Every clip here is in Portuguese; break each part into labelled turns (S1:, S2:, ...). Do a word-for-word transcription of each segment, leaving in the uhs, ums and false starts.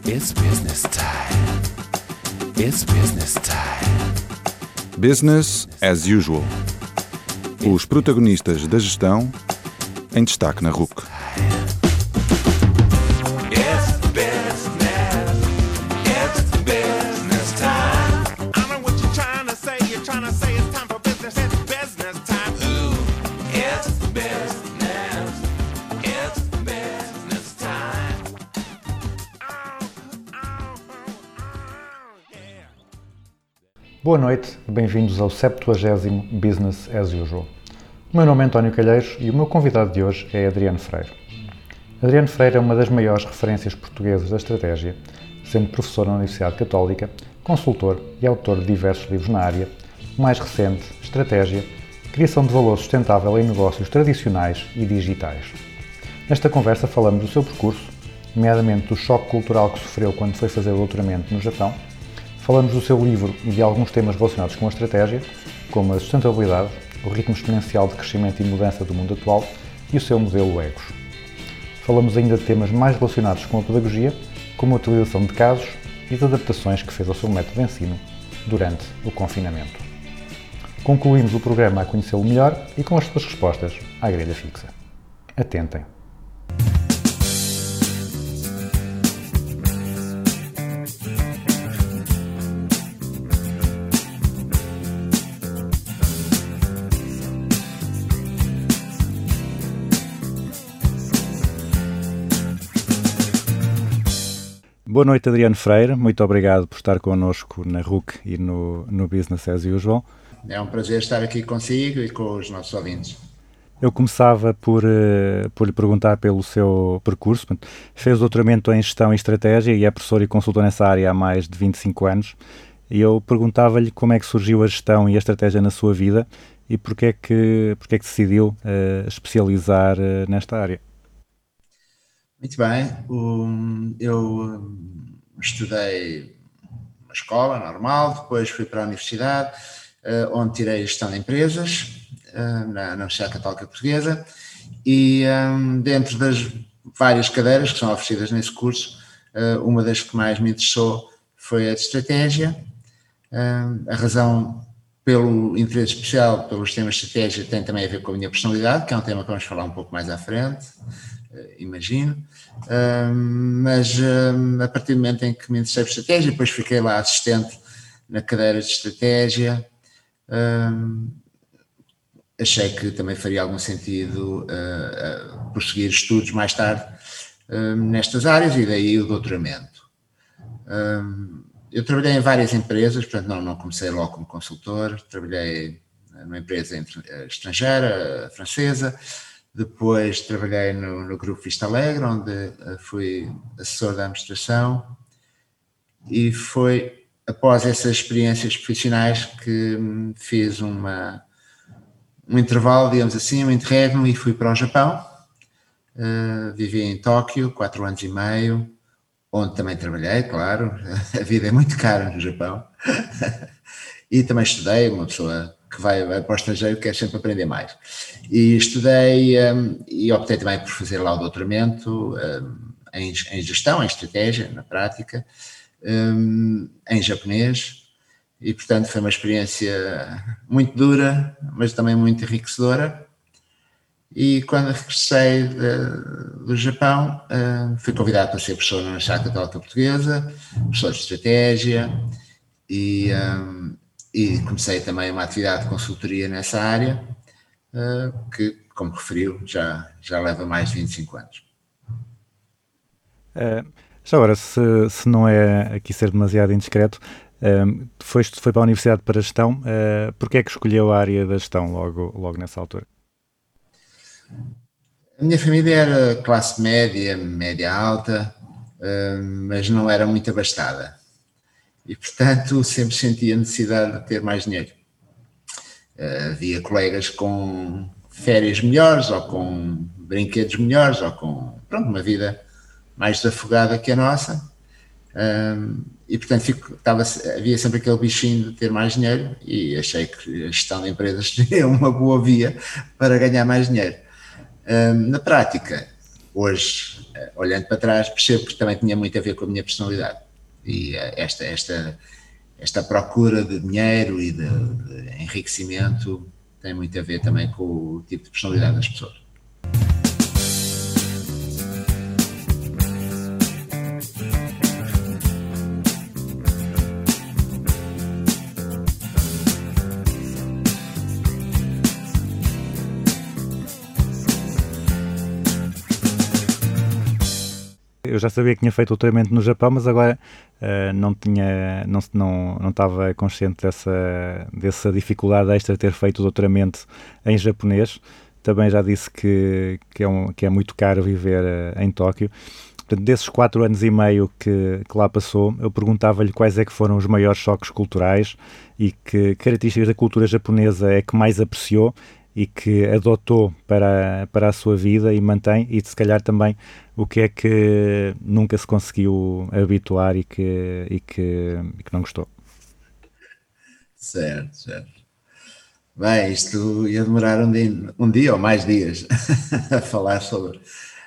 S1: It's business time. It's business time.
S2: Business as usual. Os protagonistas da gestão em destaque na R U C.
S1: It's business. It's business time. I know what you're trying to say. You're trying to say it's time for business. It's business time. Ooh, it's business. It's business time. Oh, oh, oh, oh, yeah.
S3: Boa noite, bem-vindos ao septuagésimo Business as Usual. O meu nome é António Calheiros e o meu convidado de hoje é Adriano Freire. Adriano Freire é uma das maiores referências portuguesas da estratégia, sendo professor na Universidade Católica, consultor e autor de diversos livros na área, o mais recente, Estratégia, Criação de Valor Sustentável em Negócios Tradicionais e Digitais. Nesta conversa falamos do seu percurso, nomeadamente do choque cultural que sofreu quando foi fazer o doutoramento no Japão. Falamos do seu livro e de alguns temas relacionados com a estratégia, como a sustentabilidade, o ritmo exponencial de crescimento e mudança do mundo atual e o seu modelo EGOS. Falamos ainda de temas mais relacionados com a pedagogia, como a utilização de casos e de adaptações que fez ao seu método de ensino durante o confinamento. Concluímos o programa a conhecê-lo melhor e com as suas respostas à grelha fixa. Atentem! Boa noite, Adriano Freire. Muito obrigado por estar connosco na R U C e no, no Business as Usual.
S4: É um prazer estar aqui consigo e com os nossos ouvintes.
S3: Eu começava por, uh, por lhe perguntar pelo seu percurso. Fez doutoramento em Gestão e Estratégia e é professor e consultor nessa área há mais de vinte e cinco anos. E eu perguntava-lhe como é que surgiu a gestão e a estratégia na sua vida e porque é que, porque é que decidiu uh, especializar uh, nesta área.
S4: Muito bem, um, eu um, estudei uma escola normal, depois fui para a universidade, uh, onde tirei gestão de empresas, uh, na, na Universidade Católica Portuguesa, e um, dentro das várias cadeiras que são oferecidas nesse curso, uh, uma das que mais me interessou foi a de estratégia. Uh, a razão pelo interesse especial pelos temas de estratégia tem também a ver com a minha personalidade, que é um tema que vamos falar um pouco mais à frente, imagino, um, mas um, a partir do momento em que me interessei por estratégia, depois fiquei lá assistente na cadeira de estratégia, um, achei que também faria algum sentido uh, uh, prosseguir estudos mais tarde um, nestas áreas e daí o doutoramento. Um, eu trabalhei em várias empresas, portanto não, não comecei logo como consultor, trabalhei numa empresa estrangeira, francesa. Depois trabalhei no, no Grupo Vista Alegre, onde uh, fui assessor da administração, e foi após essas experiências profissionais que um, fiz uma, um intervalo, digamos assim, um interregno, e fui para o Japão. Uh, vivi em Tóquio, quatro anos e meio, onde também trabalhei, claro, a vida é muito cara no Japão, e também estudei, uma pessoa que vai, vai para o estrangeiro quer sempre aprender mais. E estudei um, e optei também por fazer lá o doutoramento um, em, em gestão, em estratégia, na prática, um, em japonês, e portanto foi uma experiência muito dura, mas também muito enriquecedora. E quando regressei de, do Japão, um, fui convidado para ser professor na Universidade Católica Portuguesa, professor de estratégia, e um, E comecei também uma atividade de consultoria nessa área, que, como referiu, já, já leva mais de vinte e cinco anos.
S3: Uh, já agora, se, se não é aqui ser demasiado indiscreto, uh, foi, foi para a Universidade para a Gestão, uh, porque é que escolheu a área da gestão logo, logo nessa altura?
S4: A minha família era classe média, média alta, uh, mas não era muito abastada. E, portanto, sempre sentia a necessidade de ter mais dinheiro. Uh, havia colegas com férias melhores, ou com brinquedos melhores, ou com, pronto, uma vida mais desafogada que a nossa. Um, e, portanto, fico, estava, havia sempre aquele bichinho de ter mais dinheiro, e achei que a gestão de empresas seria uma boa via para ganhar mais dinheiro. Um, na prática, hoje, olhando para trás, percebo que também tinha muito a ver com a minha personalidade. E esta, esta, esta procura de dinheiro e de, de enriquecimento tem muito a ver também com o tipo de personalidade das pessoas.
S3: Eu já sabia que tinha feito doutoramento no Japão, mas agora uh, não tinha, não, não, não estava consciente dessa, dessa dificuldade extra de ter feito o doutoramento em japonês. Também já disse que, que, é, um, que é muito caro viver uh, em Tóquio. Portanto, desses quatro anos e meio que, que lá passou, eu perguntava-lhe quais é que foram os maiores choques culturais e que características da cultura japonesa é que mais apreciou e que adotou para, para a sua vida e mantém, e se calhar também o que é que nunca se conseguiu habituar e que, e que, e que não gostou.
S4: Certo, certo. Bem, isto ia demorar um dia, um dia ou mais dias a falar sobre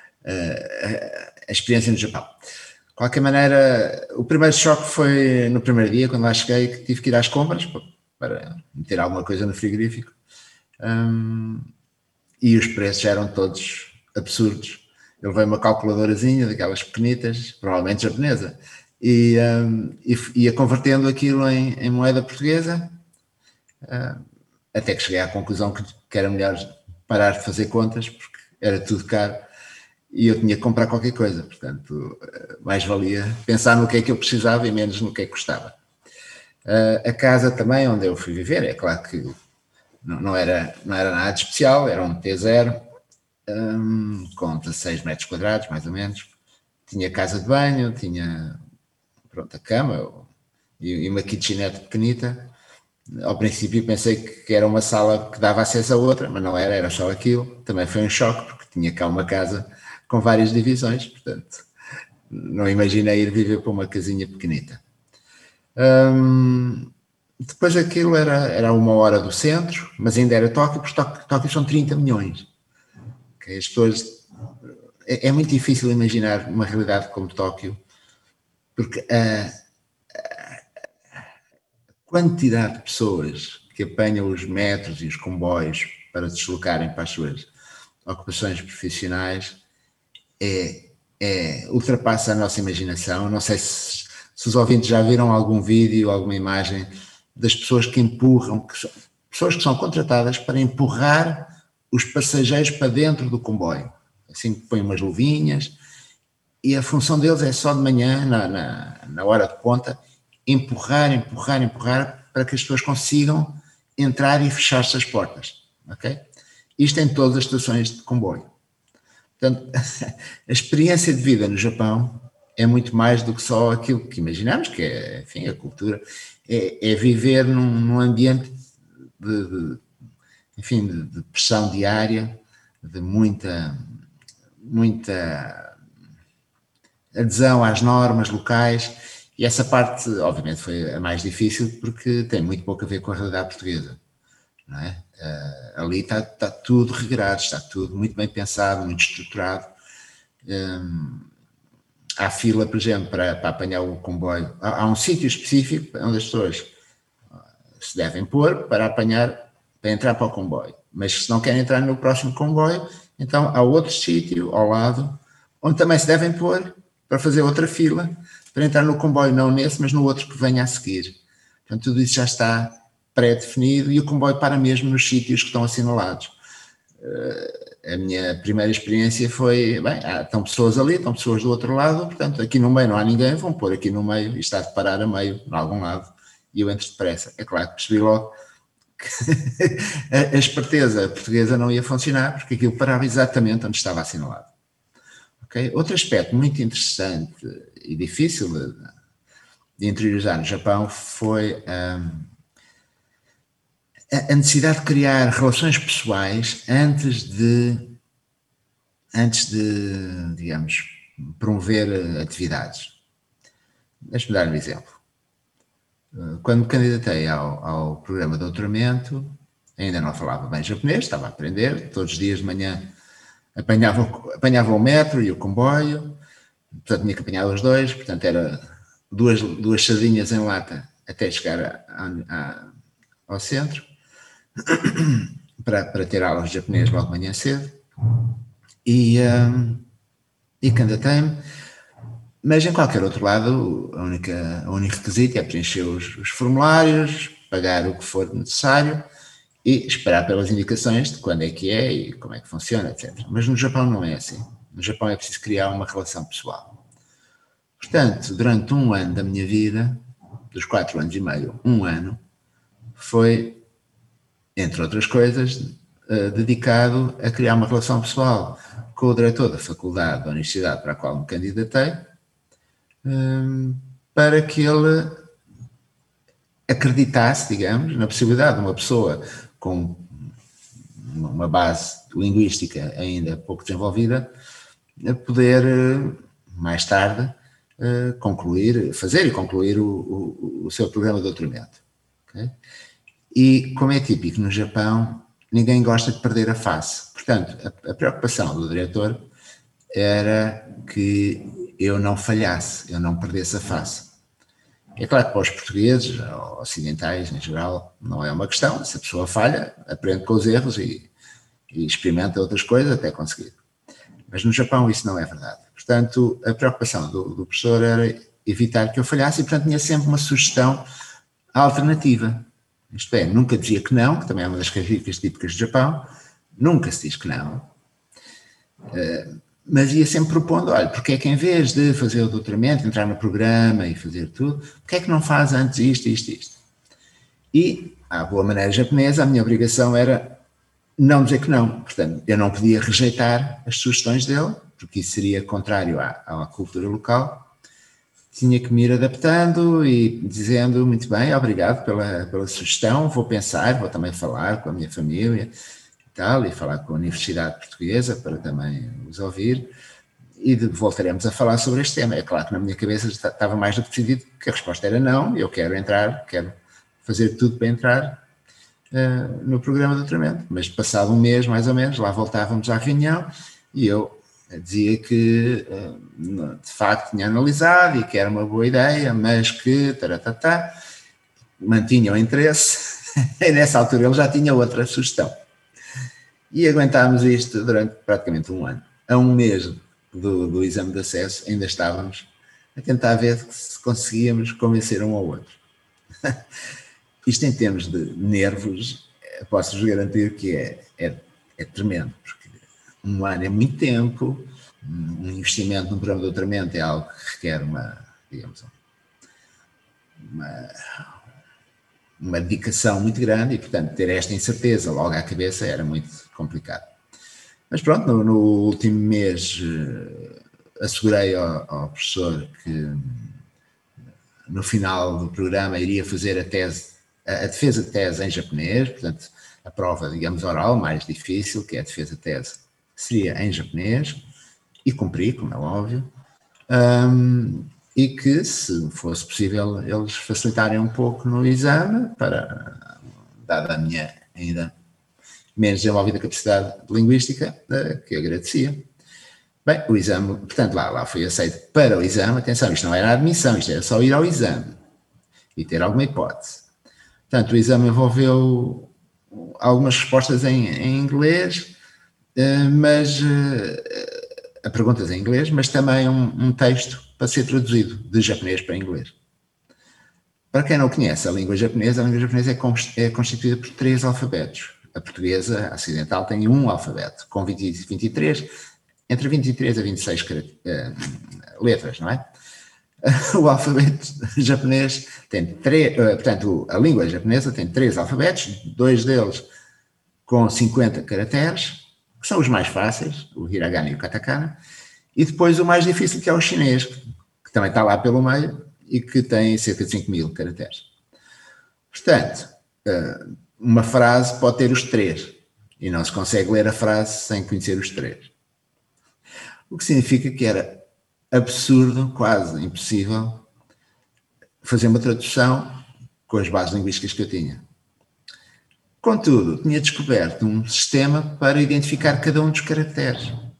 S4: uh, a experiência no Japão. De qualquer maneira, o primeiro choque foi no primeiro dia, quando lá cheguei, que tive que ir às compras para meter alguma coisa no frigorífico. Um, e os preços eram todos absurdos. Eu levei uma calculadorazinha daquelas pequenitas, provavelmente japonesa, e um, ia convertendo aquilo em, em moeda portuguesa, uh, até que cheguei à conclusão que, que era melhor parar de fazer contas, porque era tudo caro e eu tinha que comprar qualquer coisa. Portanto, mais valia pensar no que é que eu precisava e menos no que é que custava. Uh, a casa também onde eu fui viver, é claro que Não, não, era, não era nada de especial, era um T zero, um, com dezasseis metros quadrados, mais ou menos. Tinha casa de banho, tinha, pronto, a cama e, e uma kitchenette pequenita. Ao princípio pensei que era uma sala que dava acesso a outra, mas não era, era só aquilo. Também foi um choque, porque tinha cá uma casa com várias divisões, portanto, não imaginei ir viver para uma casinha pequenita. Um, Depois aquilo era, era uma hora do centro, mas ainda era Tóquio, porque Tóquio, Tóquio são trinta milhões. Okay? As pessoas, é, é muito difícil imaginar uma realidade como Tóquio, porque a, a quantidade de pessoas que apanham os metros e os comboios para se deslocarem para as suas ocupações profissionais é, é, ultrapassa a nossa imaginação. Não sei se, se os ouvintes já viram algum vídeo, alguma imagem das pessoas que empurram, que são, pessoas que são contratadas para empurrar os passageiros para dentro do comboio. Assim que põem umas luvinhas, e a função deles é só de manhã, na, na, na hora de ponta, empurrar, empurrar, empurrar, para que as pessoas consigam entrar e fechar-se as portas. Okay? Isto em todas as estações de comboio. Portanto, a experiência de vida no Japão é muito mais do que só aquilo que imaginamos, que é, enfim, a cultura. É, é viver num, num ambiente de, de, enfim, de, de pressão diária, de muita, muita adesão às normas locais, e essa parte, obviamente, foi a mais difícil, porque tem muito pouco a ver com a realidade portuguesa. Não é? Uh, ali está, está tudo regrado, está tudo muito bem pensado, muito estruturado. Um, Há fila, por exemplo, para, para apanhar o comboio. Há, há um sítio específico onde as pessoas se devem pôr para apanhar, para entrar para o comboio. Mas se não querem entrar no próximo comboio, então há outro sítio ao lado, onde também se devem pôr para fazer outra fila, para entrar no comboio, não nesse, mas no outro que venha a seguir. Portanto, tudo isso já está pré-definido e o comboio para mesmo nos sítios que estão assinalados. Uh, a minha primeira experiência foi, bem, há, estão pessoas ali, estão pessoas do outro lado, portanto, aqui no meio não há ninguém, vão pôr aqui no meio e está de parar a meio, de algum lado, e eu entro depressa. É claro que percebi logo que a, a esperteza portuguesa não ia funcionar, porque aquilo parava exatamente onde estava assinalado. Okay? Outro aspecto muito interessante e difícil de, de interiorizar no Japão foi um, a necessidade de criar relações pessoais antes de, antes de, digamos, promover atividades. Deixa-me dar um exemplo. Quando me candidatei ao, ao programa de doutoramento, ainda não falava bem japonês, estava a aprender, todos os dias de manhã apanhava, apanhava o metro e o comboio, portanto tinha que apanhar os dois, portanto era duas, duas sardinhas em lata até chegar a, a, a, ao centro, para, para ter aulas de japonês logo de manhã cedo, e, um, e candidatei-me, mas em qualquer outro lado, a única, o único requisito é preencher os, os formulários, pagar o que for necessário e esperar pelas indicações de quando é que é e como é que funciona, etcétera. Mas no Japão não é assim. No Japão é preciso criar uma relação pessoal. Portanto, durante um ano da minha vida, dos quatro anos e meio, um ano, foi, entre outras coisas, uh, dedicado a criar uma relação pessoal com o diretor da faculdade da universidade para a qual me candidatei, um, para que ele acreditasse, digamos, na possibilidade de uma pessoa com uma base linguística ainda pouco desenvolvida poder, mais tarde, concluir, fazer e concluir o, o, o seu programa de doutoramento. Okay? E, como é típico no Japão, ninguém gosta de perder a face. Portanto, a, a preocupação do diretor era que eu não falhasse, eu não perdesse a face. É claro que para os portugueses, ou ocidentais em geral, não é uma questão. Se a pessoa falha, aprende com os erros e, e experimenta outras coisas até conseguir. Mas no Japão isso não é verdade. Portanto, a preocupação do, do professor era evitar que eu falhasse e, portanto, tinha sempre uma sugestão alternativa. Isto é, nunca dizia que não, que também é uma das características típicas do Japão, nunca se diz que não. Uh, mas ia sempre propondo, olha, porque é que em vez de fazer o doutoramento, entrar no programa e fazer tudo, porque é que não faz antes isto, isto, isto? E, à boa maneira japonesa, a minha obrigação era não dizer que não. Portanto, eu não podia rejeitar as sugestões dele, porque isso seria contrário à, à cultura local. Tinha que me ir adaptando e dizendo, muito bem, obrigado pela, pela sugestão, vou pensar, vou também falar com a minha família, Tal, e falar com a Universidade Portuguesa para também os ouvir e de, voltaremos a falar sobre este tema. É claro que na minha cabeça estava mais do que decidido que a resposta era não, eu quero entrar, quero fazer tudo para entrar uh, no programa de doutoramento, mas passado um mês mais ou menos, lá voltávamos à reunião e eu dizia que uh, de facto tinha analisado e que era uma boa ideia, mas que taratatá, mantinha o interesse e nessa altura ele já tinha outra sugestão. E aguentámos isto durante praticamente um ano. A um mês do, do exame de acesso, ainda estávamos a tentar ver se conseguíamos convencer um ao outro. Isto em termos de nervos, posso-vos garantir que é, é, é tremendo, porque um ano é muito tempo, um investimento num programa de doutoramento é algo que requer uma, digamos, uma... uma dedicação muito grande e, portanto, ter esta incerteza logo à cabeça era muito complicado. Mas pronto, no, no último mês uh, assegurei ao, ao professor que no final do programa iria fazer a tese, a, a defesa de tese em japonês, portanto, a prova, digamos, oral mais difícil, que é a defesa de tese, seria em japonês, e cumpri, como é óbvio. Um, e que, se fosse possível, eles facilitarem um pouco no exame, para, dada a minha ainda menos desenvolvida capacidade linguística, que eu agradecia. Bem, o exame, portanto, lá, lá fui aceito para o exame. Atenção, isto não era a admissão, isto era só ir ao exame e ter alguma hipótese. Portanto, o exame envolveu algumas respostas em, em inglês, mas a perguntas em inglês, mas também um, um texto para ser traduzido de japonês para inglês. Para quem não conhece a língua japonesa, a língua japonesa é constituída por três alfabetos. A portuguesa, a ocidental, tem um alfabeto, com vinte, vinte e três, entre vinte e três a vinte e seis uh, letras, não é? O alfabeto japonês tem três, uh, portanto, a língua japonesa tem três alfabetos, dois deles com cinquenta caracteres, que são os mais fáceis, o hiragana e o katakana, e depois o mais difícil, que é o chinês, que também está lá pelo meio e que tem cerca de cinco mil caracteres. Portanto, uma frase pode ter os três e não se consegue ler a frase sem conhecer os três. O que significa que era absurdo, quase impossível, fazer uma tradução com as bases linguísticas que eu tinha. Contudo, tinha descoberto um sistema para identificar cada um dos caracteres.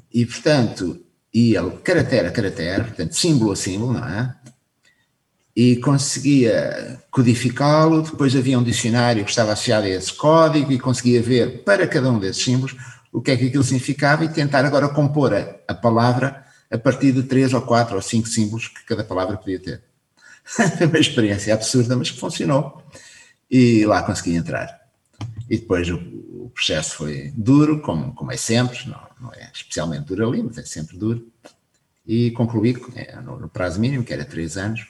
S4: e, portanto, ia caractere a caractere, portanto, símbolo a símbolo, não é? E conseguia codificá-lo, depois havia um dicionário que estava associado a esse código e conseguia ver para cada um desses símbolos o que é que aquilo significava e tentar agora compor a, a palavra a partir de três ou quatro ou cinco símbolos que cada palavra podia ter. Foi uma experiência absurda, mas que funcionou. E lá consegui entrar. E depois o, o processo foi duro, como, como é sempre, não, não é especialmente duro ali, mas é sempre duro. E concluí é, no, no prazo mínimo, que era três anos.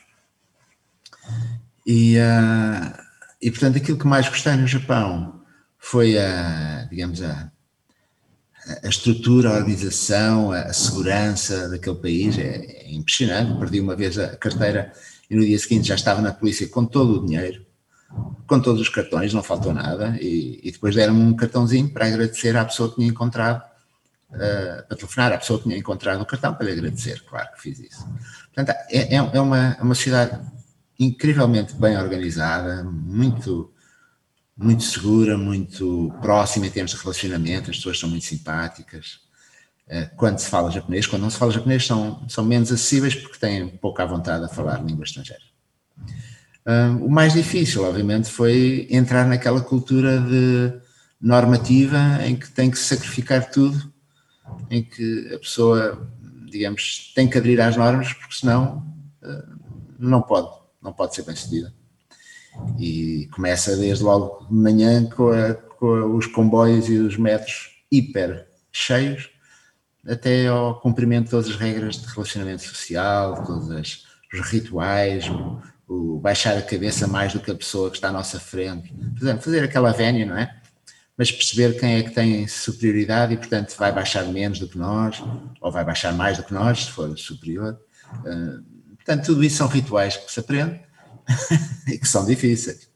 S4: E, uh, e, portanto, aquilo que mais gostei no Japão foi a, digamos, a, a estrutura, a organização, a, a segurança daquele país. É, é impressionante. Perdi uma vez a carteira e no dia seguinte já estava na polícia com todo o dinheiro, com todos os cartões, não faltou nada. E, e depois deram-me um cartãozinho para agradecer à pessoa que tinha encontrado, uh, para telefonar à pessoa que tinha encontrado o cartão para lhe agradecer. Claro que fiz isso. Portanto, é, é uma, uma cidade incrivelmente bem organizada, muito, muito segura, muito próxima em termos de relacionamento, as pessoas são muito simpáticas. Quando se fala japonês, quando não se fala japonês, são, são menos acessíveis porque têm pouca vontade a falar língua estrangeira. Um, o mais difícil, obviamente, foi entrar naquela cultura de normativa em que tem que sacrificar tudo, em que a pessoa, digamos, tem que aderir às normas, porque senão uh, não pode. Não pode ser bem sucedida. E começa desde logo de manhã com, a, com os comboios e os metros hiper cheios, até ao cumprimento de todas as regras de relacionamento social, todos as, os rituais, o, o baixar a cabeça mais do que a pessoa que está à nossa frente. Por exemplo, fazer aquela vénia, não é? Mas perceber quem é que tem superioridade e, portanto, vai baixar menos do que nós, ou vai baixar mais do que nós, se for superior. Uh, Portanto, tudo isso são rituais que se aprende e que são difíceis.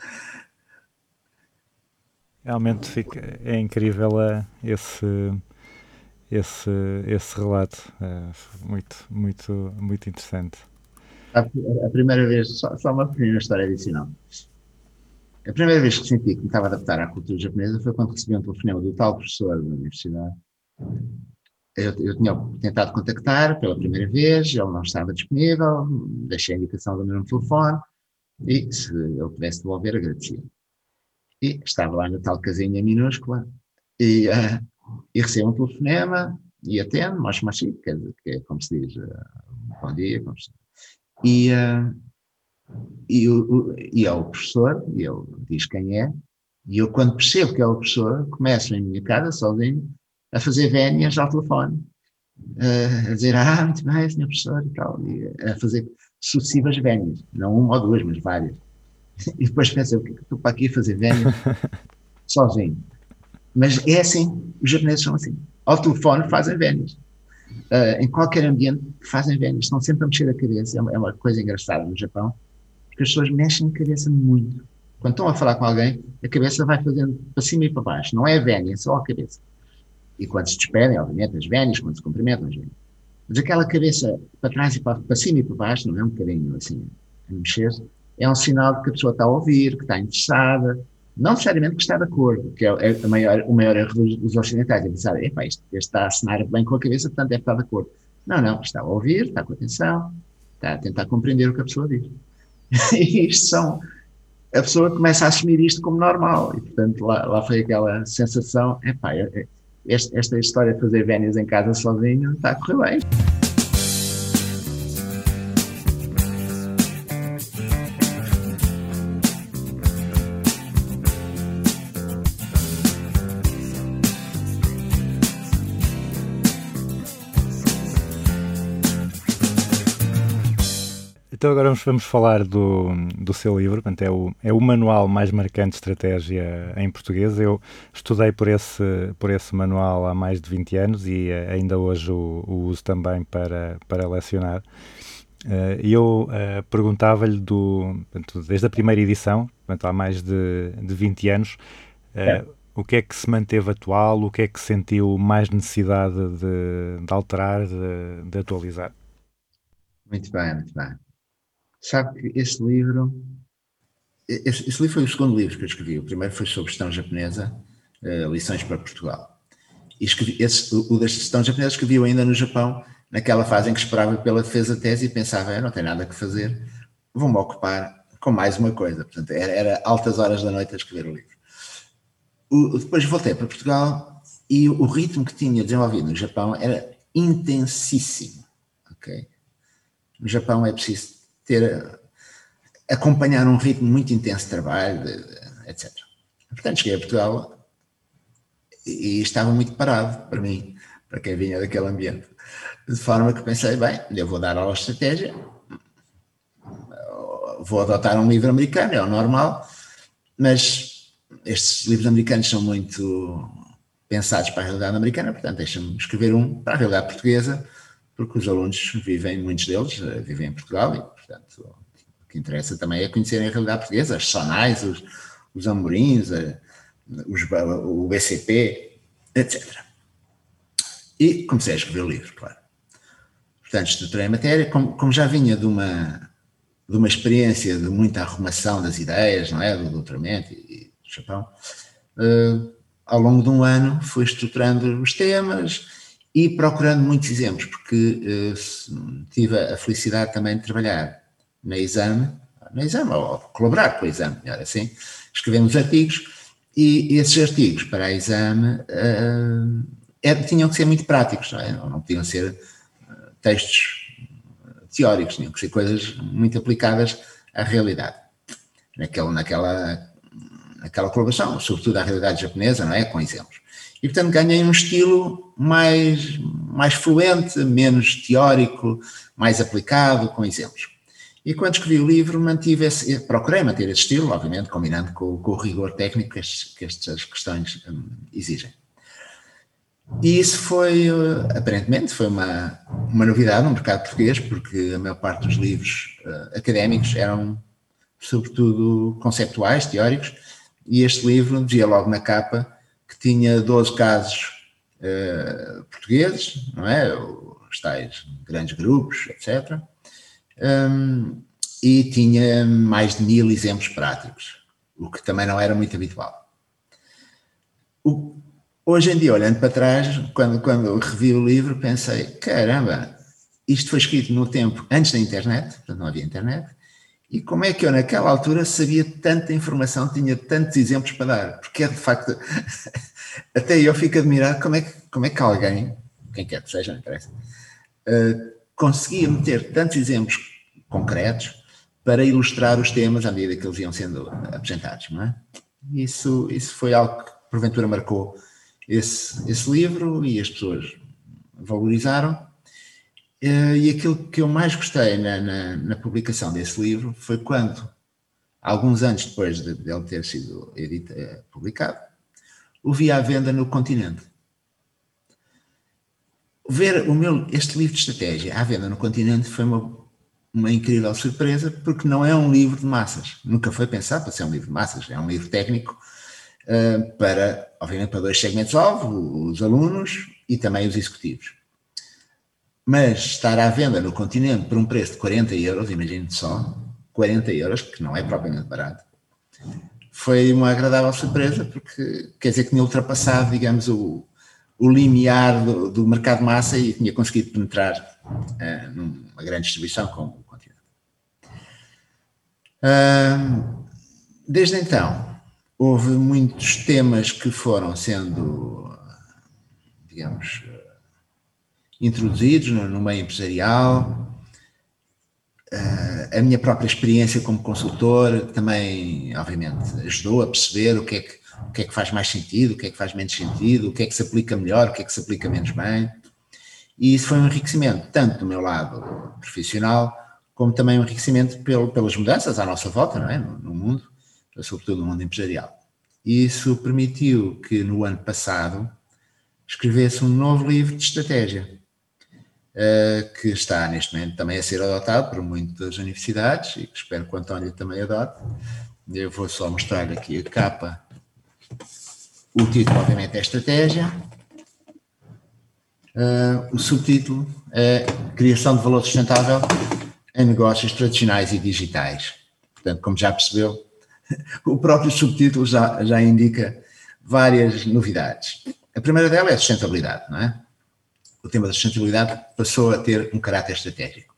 S3: Realmente fica, é incrível uh, esse, esse, esse relato. Uh, muito, muito, muito interessante.
S4: A, a primeira vez, só, só uma pequena história adicional. A primeira vez que senti que me estava a adaptar à cultura japonesa foi quando recebi um telefonema do tal professor da universidade. Eu, eu tinha tentado contactar pela primeira vez, ele não estava disponível, deixei a indicação do meu telefone e se ele pudesse devolver, agradecia. E estava lá na tal casinha minúscula e, uh, e recebo um telefonema e atendo, mostra machi, que, que é como se diz, uh, bom dia, como se diz. E, uh, e, o, e é o professor, e ele diz quem é, e eu quando percebo que é o professor, começo em minha casa, sozinho, a fazer vénias ao telefone, uh, a dizer, ah, muito bem, senhor professor, e tal, e a fazer sucessivas vénias, não uma ou duas, mas várias. E depois pensa, o que é que estou para aqui a fazer vénias sozinho? Mas é assim, os japoneses são assim. Ao telefone fazem vénias. Uh, em qualquer ambiente fazem vénias, estão sempre a mexer a cabeça, é uma, é uma coisa engraçada no Japão, porque as pessoas mexem a cabeça muito. Quando estão a falar com alguém, a cabeça vai fazendo para cima e para baixo, não é a vénia, é só a cabeça. E quando se despedem, obviamente, as vénias, quando se cumprimentam, as vénias. Mas aquela cabeça para trás e para, para cima e para baixo, não é um bocadinho assim, a mexer-se, é um sinal de que a pessoa está a ouvir, que está interessada, não necessariamente que está de acordo, que é, é a maior, o maior erro dos, dos ocidentais, é pensar, epá, isto, este está a assinar bem com a cabeça, portanto deve estar de acordo. Não, não, está a ouvir, está com atenção, está a tentar compreender o que a pessoa diz. E isto são... A pessoa começa a assumir isto como normal, e portanto lá, lá foi aquela sensação, epá, esta, esta história de fazer vénias em casa sozinho está a correr bem.
S3: Então agora vamos, vamos falar do, do seu livro, portanto, é, o, é o manual mais marcante de estratégia em português. Eu estudei por esse, por esse manual há mais de vinte anos e ainda hoje o, o uso também para, para lecionar. E uh, eu uh, perguntava-lhe, do, portanto, desde a primeira edição, portanto, há mais de, de vinte anos, uh, é. o que é que se manteve atual, o que é que sentiu mais necessidade de, de alterar, de, de atualizar?
S4: Muito bem, muito bem. Sabe que esse livro, esse, esse livro foi o segundo livro que eu escrevi. O primeiro foi sobre gestão japonesa, uh, lições para Portugal. E escrevi, esse, o, o da gestão japonesa escrevi ainda no Japão, naquela fase em que esperava pela defesa da tese e pensava, eu não tenho nada que fazer, vou-me ocupar com mais uma coisa. Portanto, era, era altas horas da noite a escrever o livro. O, depois voltei para Portugal e o ritmo que tinha desenvolvido no Japão era intensíssimo. Okay? No Japão é preciso ter, acompanhar um ritmo muito intenso de trabalho, de, de, etcétera. Portanto, cheguei a Portugal e, e estava muito parado para mim, para quem vinha daquele ambiente. De forma que pensei, bem, eu vou dar aula de estratégia, vou adotar um livro americano, é o normal, mas estes livros americanos são muito pensados para a realidade americana, portanto deixa-me escrever um para a realidade portuguesa, porque os alunos vivem, muitos deles vivem em Portugal e, portanto, o que interessa também é conhecerem a realidade portuguesa, as sonais, os, os amorins, os, o B C P, etcétera. E comecei a escrever o livro, claro. Portanto, estruturei a matéria, como, como já vinha de uma, de uma experiência de muita arrumação das ideias, não é, do doutoramento e, e do Japão, uh, ao longo de um ano fui estruturando os temas e procurando muitos exemplos, porque uh, tive a felicidade também de trabalhar na Exame, na Exame, ou colaborar com a Exame, melhor assim, escrevemos artigos e esses artigos para a Exame uh, era, tinham que ser muito práticos, não é? Não, não podiam ser textos teóricos, tinham que ser coisas muito aplicadas à realidade. Naquela, naquela, naquela colaboração, sobretudo à realidade japonesa, não é? Com exemplos. E, portanto, ganhei um estilo mais, mais fluente, menos teórico, mais aplicado, com exemplos. E quando escrevi o livro, mantive esse, procurei manter esse estilo, obviamente, combinando com, com o rigor técnico que, estes, que estas questões um, exigem. E isso foi, aparentemente, foi uma, uma novidade no mercado português, porque a maior parte dos livros uh, académicos eram, sobretudo, conceptuais, teóricos, e este livro dizia logo na capa que tinha doze casos uh, portugueses, não é? Os tais grandes grupos, etcétera. Um, e tinha mais de mil exemplos práticos, o que também não era muito habitual. O Hoje em dia, olhando para trás, quando, quando eu revi o livro, pensei, caramba, isto foi escrito no tempo antes da internet, portanto não havia internet, e como é que eu naquela altura sabia tanta informação, tinha tantos exemplos para dar, porque é de facto, até eu fico admirado como é que, como é que alguém, quem quer que seja, não interessa, uh, conseguia meter tantos exemplos concretos para ilustrar os temas à medida que eles iam sendo apresentados, não é? Isso, isso foi algo que porventura marcou Esse, esse livro e as pessoas valorizaram, e aquilo que eu mais gostei na, na, na publicação desse livro foi quando, alguns anos depois de, de ele ter sido edito, publicado, o vi à venda no Continente. Ver o meu, este livro de estratégia à venda no Continente foi uma, uma incrível surpresa, porque não é um livro de massas, nunca foi pensado para ser um livro de massas, é um livro técnico, Uh, para, obviamente, para dois segmentos-alvo, os alunos e também os executivos. Mas estar à venda no Continente por um preço de quarenta euros, imagine só, quarenta euros, que não é propriamente barato, foi uma agradável surpresa, porque quer dizer que tinha ultrapassado, digamos, o, o limiar do, do mercado massa e tinha conseguido penetrar uh, numa grande distribuição como o Continente. Uh, desde então, houve muitos temas que foram sendo, digamos, introduzidos no, no meio empresarial. Uh, a minha própria experiência como consultor também, obviamente, ajudou a perceber o que, é que, o que é que faz mais sentido, o que é que faz menos sentido, o que é que se aplica melhor, o que é que se aplica menos bem. E isso foi um enriquecimento, tanto do meu lado profissional, como também um enriquecimento pelo, pelas mudanças à nossa volta, não é? no, no mundo, sobretudo no mundo empresarial. E isso permitiu que no ano passado escrevesse um novo livro de estratégia, uh, que está neste momento também a ser adotado por muitas universidades e que espero que o António também adote. Eu vou só mostrar aqui a capa. O título, obviamente, é Estratégia. Uh, o subtítulo é Criação de Valor Sustentável em Negócios Tradicionais e Digitais. Portanto, como já percebeu, o próprio subtítulo já, já indica várias novidades. A primeira dela é a sustentabilidade, não é? O tema da sustentabilidade passou a ter um caráter estratégico.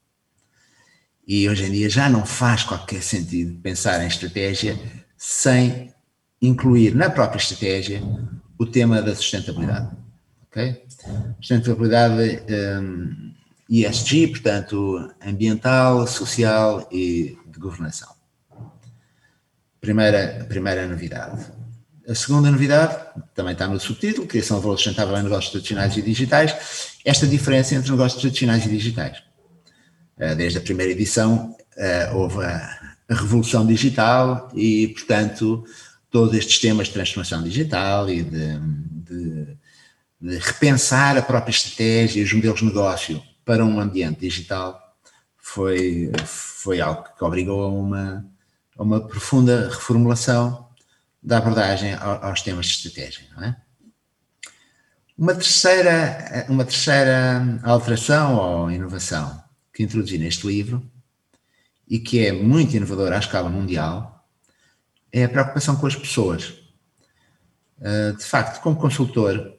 S4: E hoje em dia já não faz qualquer sentido pensar em estratégia sem incluir na própria estratégia o tema da sustentabilidade. Okay? Sustentabilidade um, E S G, portanto, ambiental, social e de governação. Primeira, primeira novidade. A segunda novidade, também está no subtítulo, criação de valor sustentável em negócios tradicionais e digitais, esta diferença entre negócios tradicionais e digitais. Desde a primeira edição houve a revolução digital e, portanto, todos estes temas de transformação digital e de, de, de repensar a própria estratégia e os modelos de negócio para um ambiente digital foi, foi algo que obrigou a uma, a uma profunda reformulação da abordagem aos temas de estratégia, não é? Uma terceira, uma terceira alteração ou inovação que introduzi neste livro e que é muito inovadora à escala mundial é a preocupação com as pessoas. De facto, como consultor,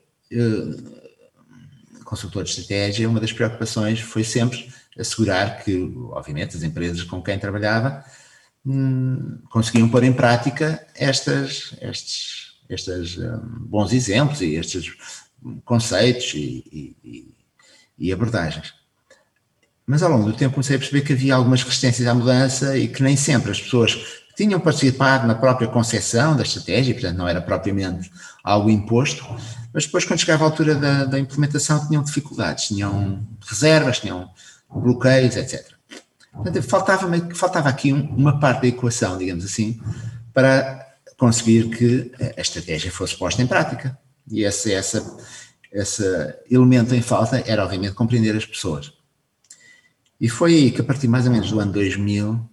S4: consultor de estratégia, uma das preocupações foi sempre assegurar que, obviamente, as empresas com quem trabalhava hum, conseguiam pôr em prática estas, estes, estes um, bons exemplos e estes conceitos e, e, e abordagens. Mas ao longo do tempo comecei a perceber que havia algumas resistências à mudança e que nem sempre as pessoas que tinham participado na própria concepção da estratégia, portanto não era propriamente algo imposto, mas depois quando chegava a altura da, da implementação tinham dificuldades, tinham reservas, tinham bloqueios, etcétera. Portanto, faltava, faltava aqui uma parte da equação, digamos assim, para conseguir que a estratégia fosse posta em prática. E esse, essa, esse elemento em falta era, obviamente, compreender as pessoas. E foi aí que, a partir mais ou menos do ano dois mil,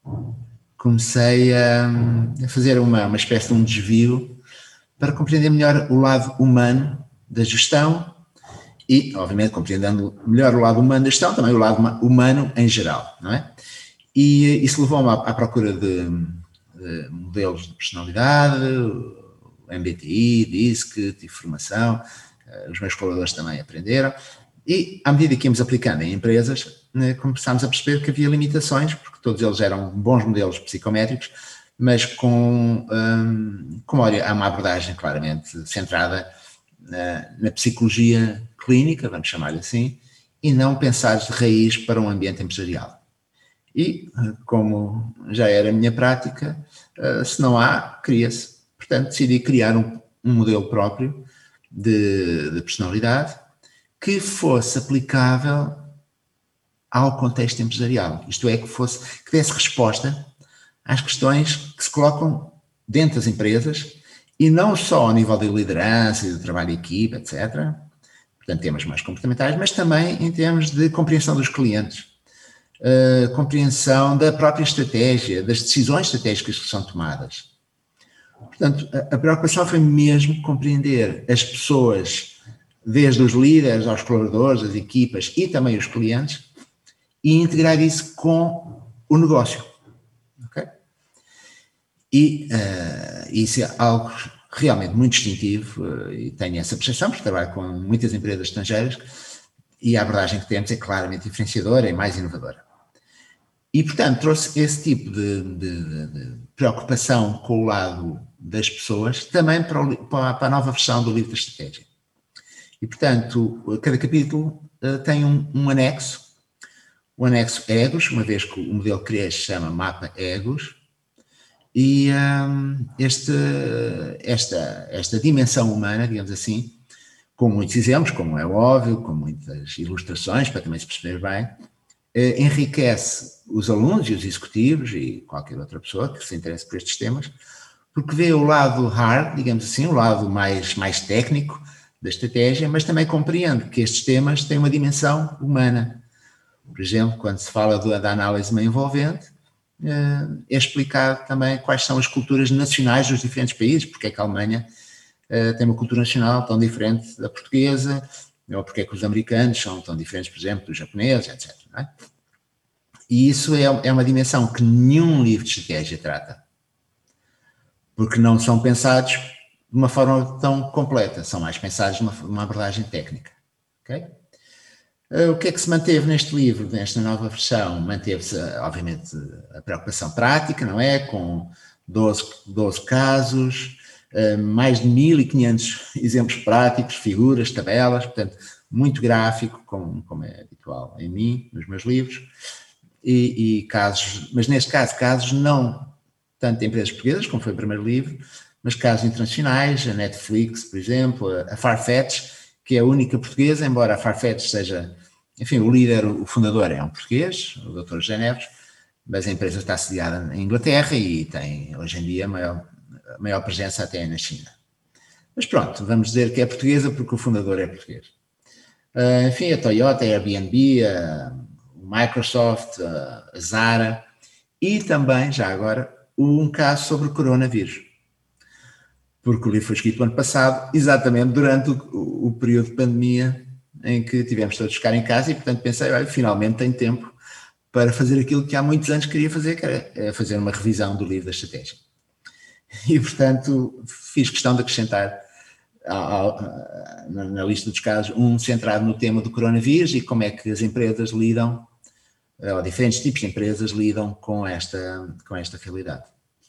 S4: comecei a, a fazer uma, uma espécie de um desvio para compreender melhor o lado humano da gestão e, obviamente, compreendendo melhor o lado humano da gestão, também o lado humano em geral, não é? E isso levou-me à, à procura de, de modelos de personalidade, M B T I, D I S C, tive formação, os meus colaboradores também aprenderam, e à medida que íamos aplicando em empresas, começámos a perceber que havia limitações, porque todos eles eram bons modelos psicométricos, mas com, um, com uma abordagem claramente centrada na, na psicologia clínica, vamos chamar-lhe assim, e não pensados de raiz para um ambiente empresarial. E, como já era a minha prática, se não há, cria-se. Portanto, decidi criar um, um modelo próprio de, de personalidade que fosse aplicável ao contexto empresarial. Isto é, que fosse, que desse resposta às questões que se colocam dentro das empresas e não só ao nível da liderança e do trabalho de equipa, etcétera. Portanto, temas mais comportamentais, mas também em termos de compreensão dos clientes, uh, compreensão da própria estratégia, das decisões estratégicas que são tomadas. Portanto, a, a preocupação foi mesmo compreender as pessoas, desde os líderes aos colaboradores, as equipas e também os clientes, e integrar isso com o negócio. Okay? E uh, isso é algo realmente muito distintivo, uh, e tenho essa percepção, porque trabalho com muitas empresas estrangeiras, e a abordagem que temos é claramente diferenciadora e mais inovadora. E, portanto, trouxe esse tipo de, de, de, de preocupação com o lado das pessoas também para, o, para a nova versão do livro da estratégia. E, portanto, cada capítulo uh, tem um, um anexo, o anexo Egos, uma vez que o modelo que criei se chama Mapa Egos, e um, este, esta, esta dimensão humana, digamos assim, com muitos exemplos, como é óbvio, com muitas ilustrações, para também se perceber bem, eh, enriquece os alunos e os executivos e qualquer outra pessoa que se interesse por estes temas, porque vê o lado hard, digamos assim, o lado mais, mais técnico da estratégia, mas também compreende que estes temas têm uma dimensão humana. Por exemplo, quando se fala do, da análise meio envolvente, é explicado também quais são as culturas nacionais dos diferentes países, porque é que a Alemanha tem uma cultura nacional tão diferente da portuguesa, ou porque é que os americanos são tão diferentes, por exemplo, dos japoneses, etcétera. Não é? E isso é, é uma dimensão que nenhum livro de estratégia trata, porque não são pensados de uma forma tão completa, são mais pensados numa, numa abordagem técnica. Okay? Uh, o que é que se manteve neste livro, nesta nova versão? Manteve-se, obviamente, a preocupação prática, não é? Com doze, doze casos, uh, mais de mil e quinhentos exemplos práticos, figuras, tabelas, portanto, muito gráfico, como, como é habitual em mim, nos meus livros, e, e casos, mas neste caso, casos não tanto de empresas portuguesas, como foi o primeiro livro, mas casos internacionais, a Netflix, por exemplo, a Farfetch, que é a única portuguesa, embora a Farfetch seja, enfim, o líder, o fundador é um português, o doutor José Neves, mas a empresa está sediada em Inglaterra e tem, hoje em dia, maior, maior presença até na China. Mas pronto, vamos dizer que é portuguesa porque o fundador é português. Uh, enfim, a Toyota, a Airbnb, a, o Microsoft, a, a Zara e também, já agora, um caso sobre o coronavírus. Porque o livro foi escrito no ano passado, exatamente durante o, o período de pandemia em que tivemos todos a ficar em casa e, portanto, pensei, olha, finalmente tenho tempo para fazer aquilo que há muitos anos queria fazer, que era fazer uma revisão do livro da estratégia. E, portanto, fiz questão de acrescentar ao, ao, na, na lista dos casos um centrado no tema do coronavírus e como é que as empresas lidam, ou diferentes tipos de empresas lidam com esta, com esta realidade.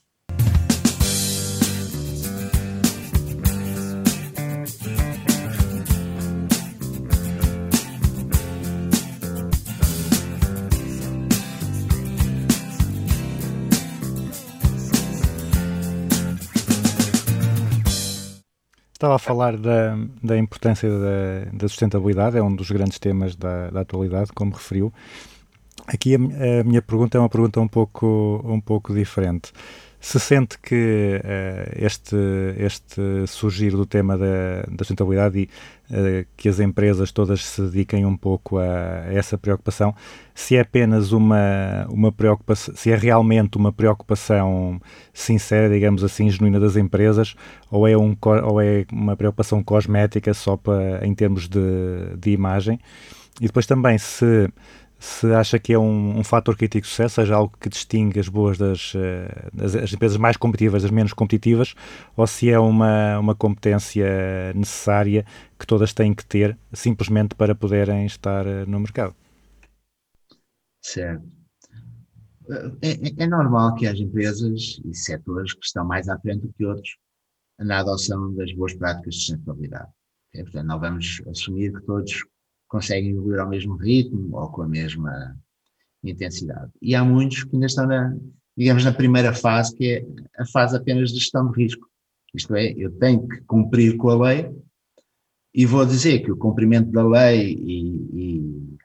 S3: Estava a falar da, da importância da, da sustentabilidade, é um dos grandes temas da, da atualidade, como referiu. Aqui a, a minha pergunta é uma pergunta um pouco, um pouco diferente. Se sente que uh, este, este surgir do tema da, da sustentabilidade e uh, que as empresas todas se dediquem um pouco a, a essa preocupação, se é apenas uma, uma preocupação, se é realmente uma preocupação sincera, digamos assim, genuína das empresas, ou é, um, ou é uma preocupação cosmética só para, em termos de, de imagem? E depois também se... se acha que é um, um fator crítico de sucesso, seja algo que distingue as boas das, das as empresas mais competitivas das menos competitivas, ou se é uma, uma competência necessária que todas têm que ter, simplesmente para poderem estar no mercado.
S4: Certo. É, é normal que haja empresas e setores que estão mais à frente do que outros na adoção das boas práticas de sustentabilidade. É, portanto, não vamos assumir que todos conseguem evoluir ao mesmo ritmo ou com a mesma intensidade. E há muitos que ainda estão, na, digamos, na primeira fase, que é a fase apenas de gestão de risco. Isto é, eu tenho que cumprir com a lei e vou dizer que o cumprimento da lei e, e,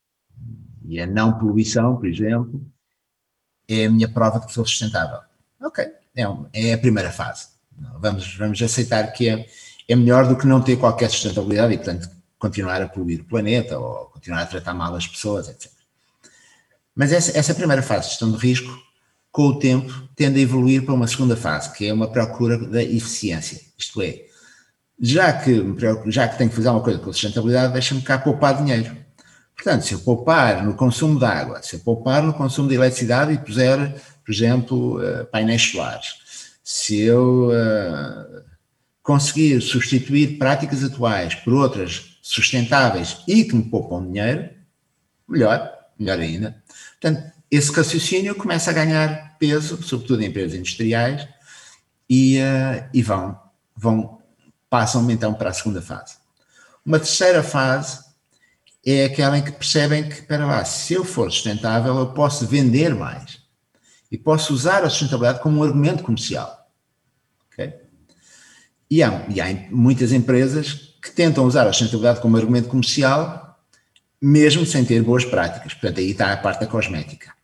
S4: e a não poluição, por exemplo, é a minha prova de que sou sustentável. Ok, é, um, é a primeira fase. Vamos, vamos aceitar que é, é melhor do que não ter qualquer sustentabilidade e, portanto, continuar a poluir o planeta ou continuar a tratar mal as pessoas, etcétera. Mas essa, essa primeira fase de gestão de risco, com o tempo, tende a evoluir para uma segunda fase, que é uma procura da eficiência. Isto é, já que, já que tenho que fazer uma coisa com sustentabilidade, deixa-me cá poupar dinheiro. Portanto, se eu poupar no consumo de água, se eu poupar no consumo de eletricidade e puser, por exemplo, painéis solares, se eu uh, conseguir substituir práticas atuais por outras sustentáveis e que me poupam dinheiro, melhor, melhor ainda. Portanto, esse raciocínio começa a ganhar peso, sobretudo em empresas industriais, e, uh, e vão, vão, passam então para a segunda fase. Uma terceira fase é aquela em que percebem que, espera lá, se eu for sustentável, eu posso vender mais e posso usar a sustentabilidade como um argumento comercial. Okay? E, há, e há muitas empresas que tentam usar a sustentabilidade como argumento comercial, mesmo sem ter boas práticas. Portanto, aí está a parte da cosmética.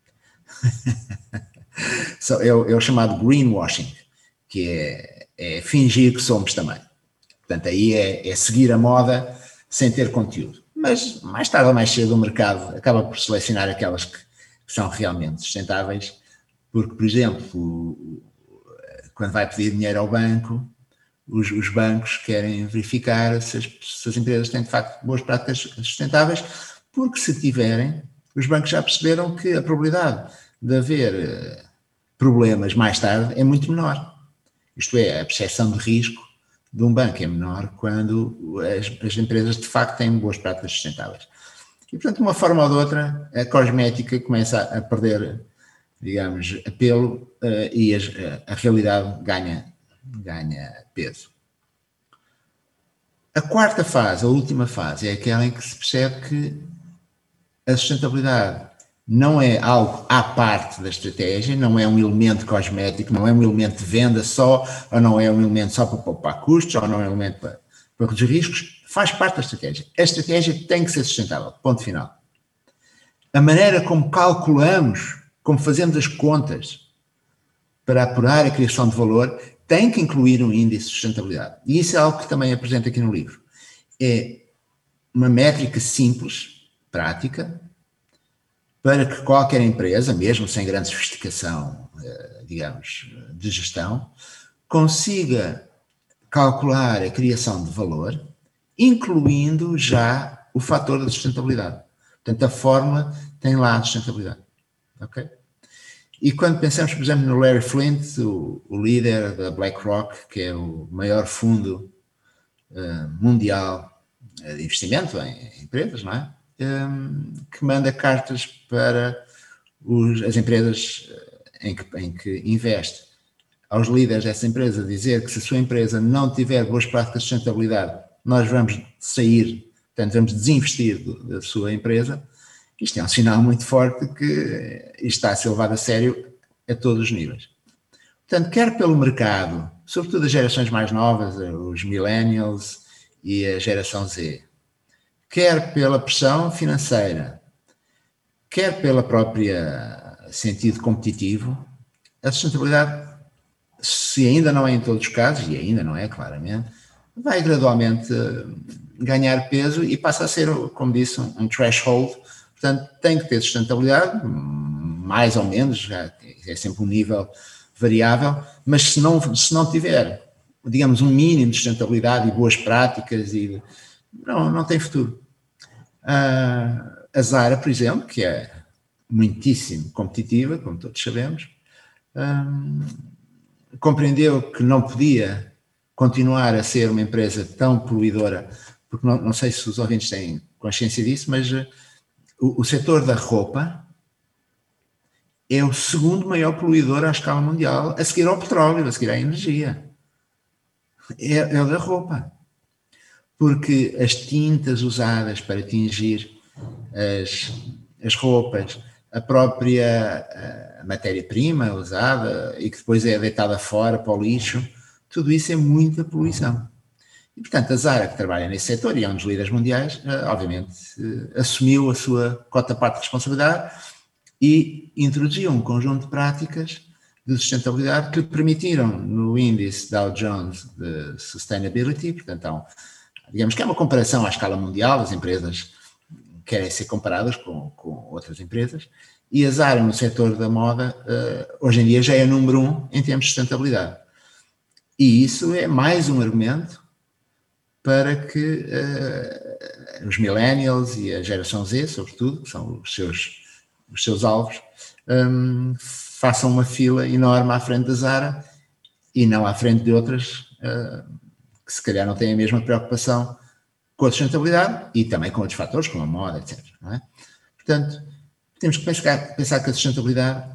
S4: so, é, o, é o chamado greenwashing, que é, é fingir que somos também. Portanto, aí é, é seguir a moda sem ter conteúdo. Mas, mais tarde ou mais cedo, o mercado acaba por selecionar aquelas que são realmente sustentáveis, porque, por exemplo, quando vai pedir dinheiro ao banco, Os, os bancos querem verificar se as, se as empresas têm de facto boas práticas sustentáveis, porque se tiverem, os bancos já perceberam que a probabilidade de haver problemas mais tarde é muito menor. Isto é, a percepção de risco de um banco é menor quando as, as empresas de facto têm boas práticas sustentáveis. E, portanto, de uma forma ou de outra, a cosmética começa a perder, digamos, apelo uh, e a, a realidade ganha, ganha peso. A quarta fase, a última fase, é aquela em que se percebe que a sustentabilidade não é algo à parte da estratégia, não é um elemento cosmético, não é um elemento de venda só, ou não é um elemento só para poupar custos, ou não é um elemento para, para reduzir riscos, faz parte da estratégia. A estratégia tem que ser sustentável, ponto final. A maneira como calculamos, como fazemos as contas para apurar a criação de valor, tem que incluir um índice de sustentabilidade. E isso é algo que também apresento aqui no livro. É uma métrica simples, prática, para que qualquer empresa, mesmo sem grande sofisticação, digamos, de gestão, consiga calcular a criação de valor, incluindo já o fator da sustentabilidade. Portanto, a fórmula tem lá a sustentabilidade. Ok? E quando pensamos, por exemplo, no Larry Flint, o, o líder da BlackRock, que é o maior fundo uh, mundial de investimento em, em empresas, não é? Um, que manda cartas para os, as empresas em que, em que investe, aos líderes dessa empresa, dizer que se a sua empresa não tiver boas práticas de sustentabilidade, nós vamos sair, portanto, vamos desinvestir do, da sua empresa. Isto é um sinal muito forte que isto está a ser levado a sério a todos os níveis. Portanto, quer pelo mercado, sobretudo as gerações mais novas, os millennials e a geração Z, quer pela pressão financeira, quer pela própria sentido competitivo, a sustentabilidade, se ainda não é em todos os casos, e ainda não é claramente, vai gradualmente ganhar peso e passa a ser, como disse, um threshold. Portanto, tem que ter sustentabilidade, mais ou menos, já é sempre um nível variável, mas se não, se não tiver, digamos, um mínimo de sustentabilidade e boas práticas, e, não, não tem futuro. Uh, a Zara, por exemplo, que é muitíssimo competitiva, como todos sabemos, um, compreendeu que não podia continuar a ser uma empresa tão poluidora, porque não, não sei se os ouvintes têm consciência disso, mas uh, o, o setor da roupa é o segundo maior poluidor à escala mundial, a seguir ao petróleo, a seguir à energia. É, é o da roupa. Porque as tintas usadas para tingir as, as roupas, a própria matéria-prima usada e que depois é deitada fora para o lixo, tudo isso é muita poluição. E, portanto, a Zara, que trabalha nesse setor e é um dos líderes mundiais, obviamente, assumiu a sua cota-parte de responsabilidade e introduziu um conjunto de práticas de sustentabilidade que lhe permitiram, no índice Dow Jones de Sustainability, portanto, então, digamos que é uma comparação à escala mundial, as empresas querem ser comparadas com, com outras empresas, e a Zara no setor da moda, uh, hoje em dia já é número um em termos de sustentabilidade. E isso é mais um argumento para que uh, os millennials e a geração Z, sobretudo, que são os seus, os seus alvos, um, façam uma fila enorme à frente da Zara e não à frente de outras uh, que se calhar não têm a mesma preocupação com a sustentabilidade e também com outros fatores, como a moda, etcétera. Não é? Portanto, temos que pensar, pensar que a sustentabilidade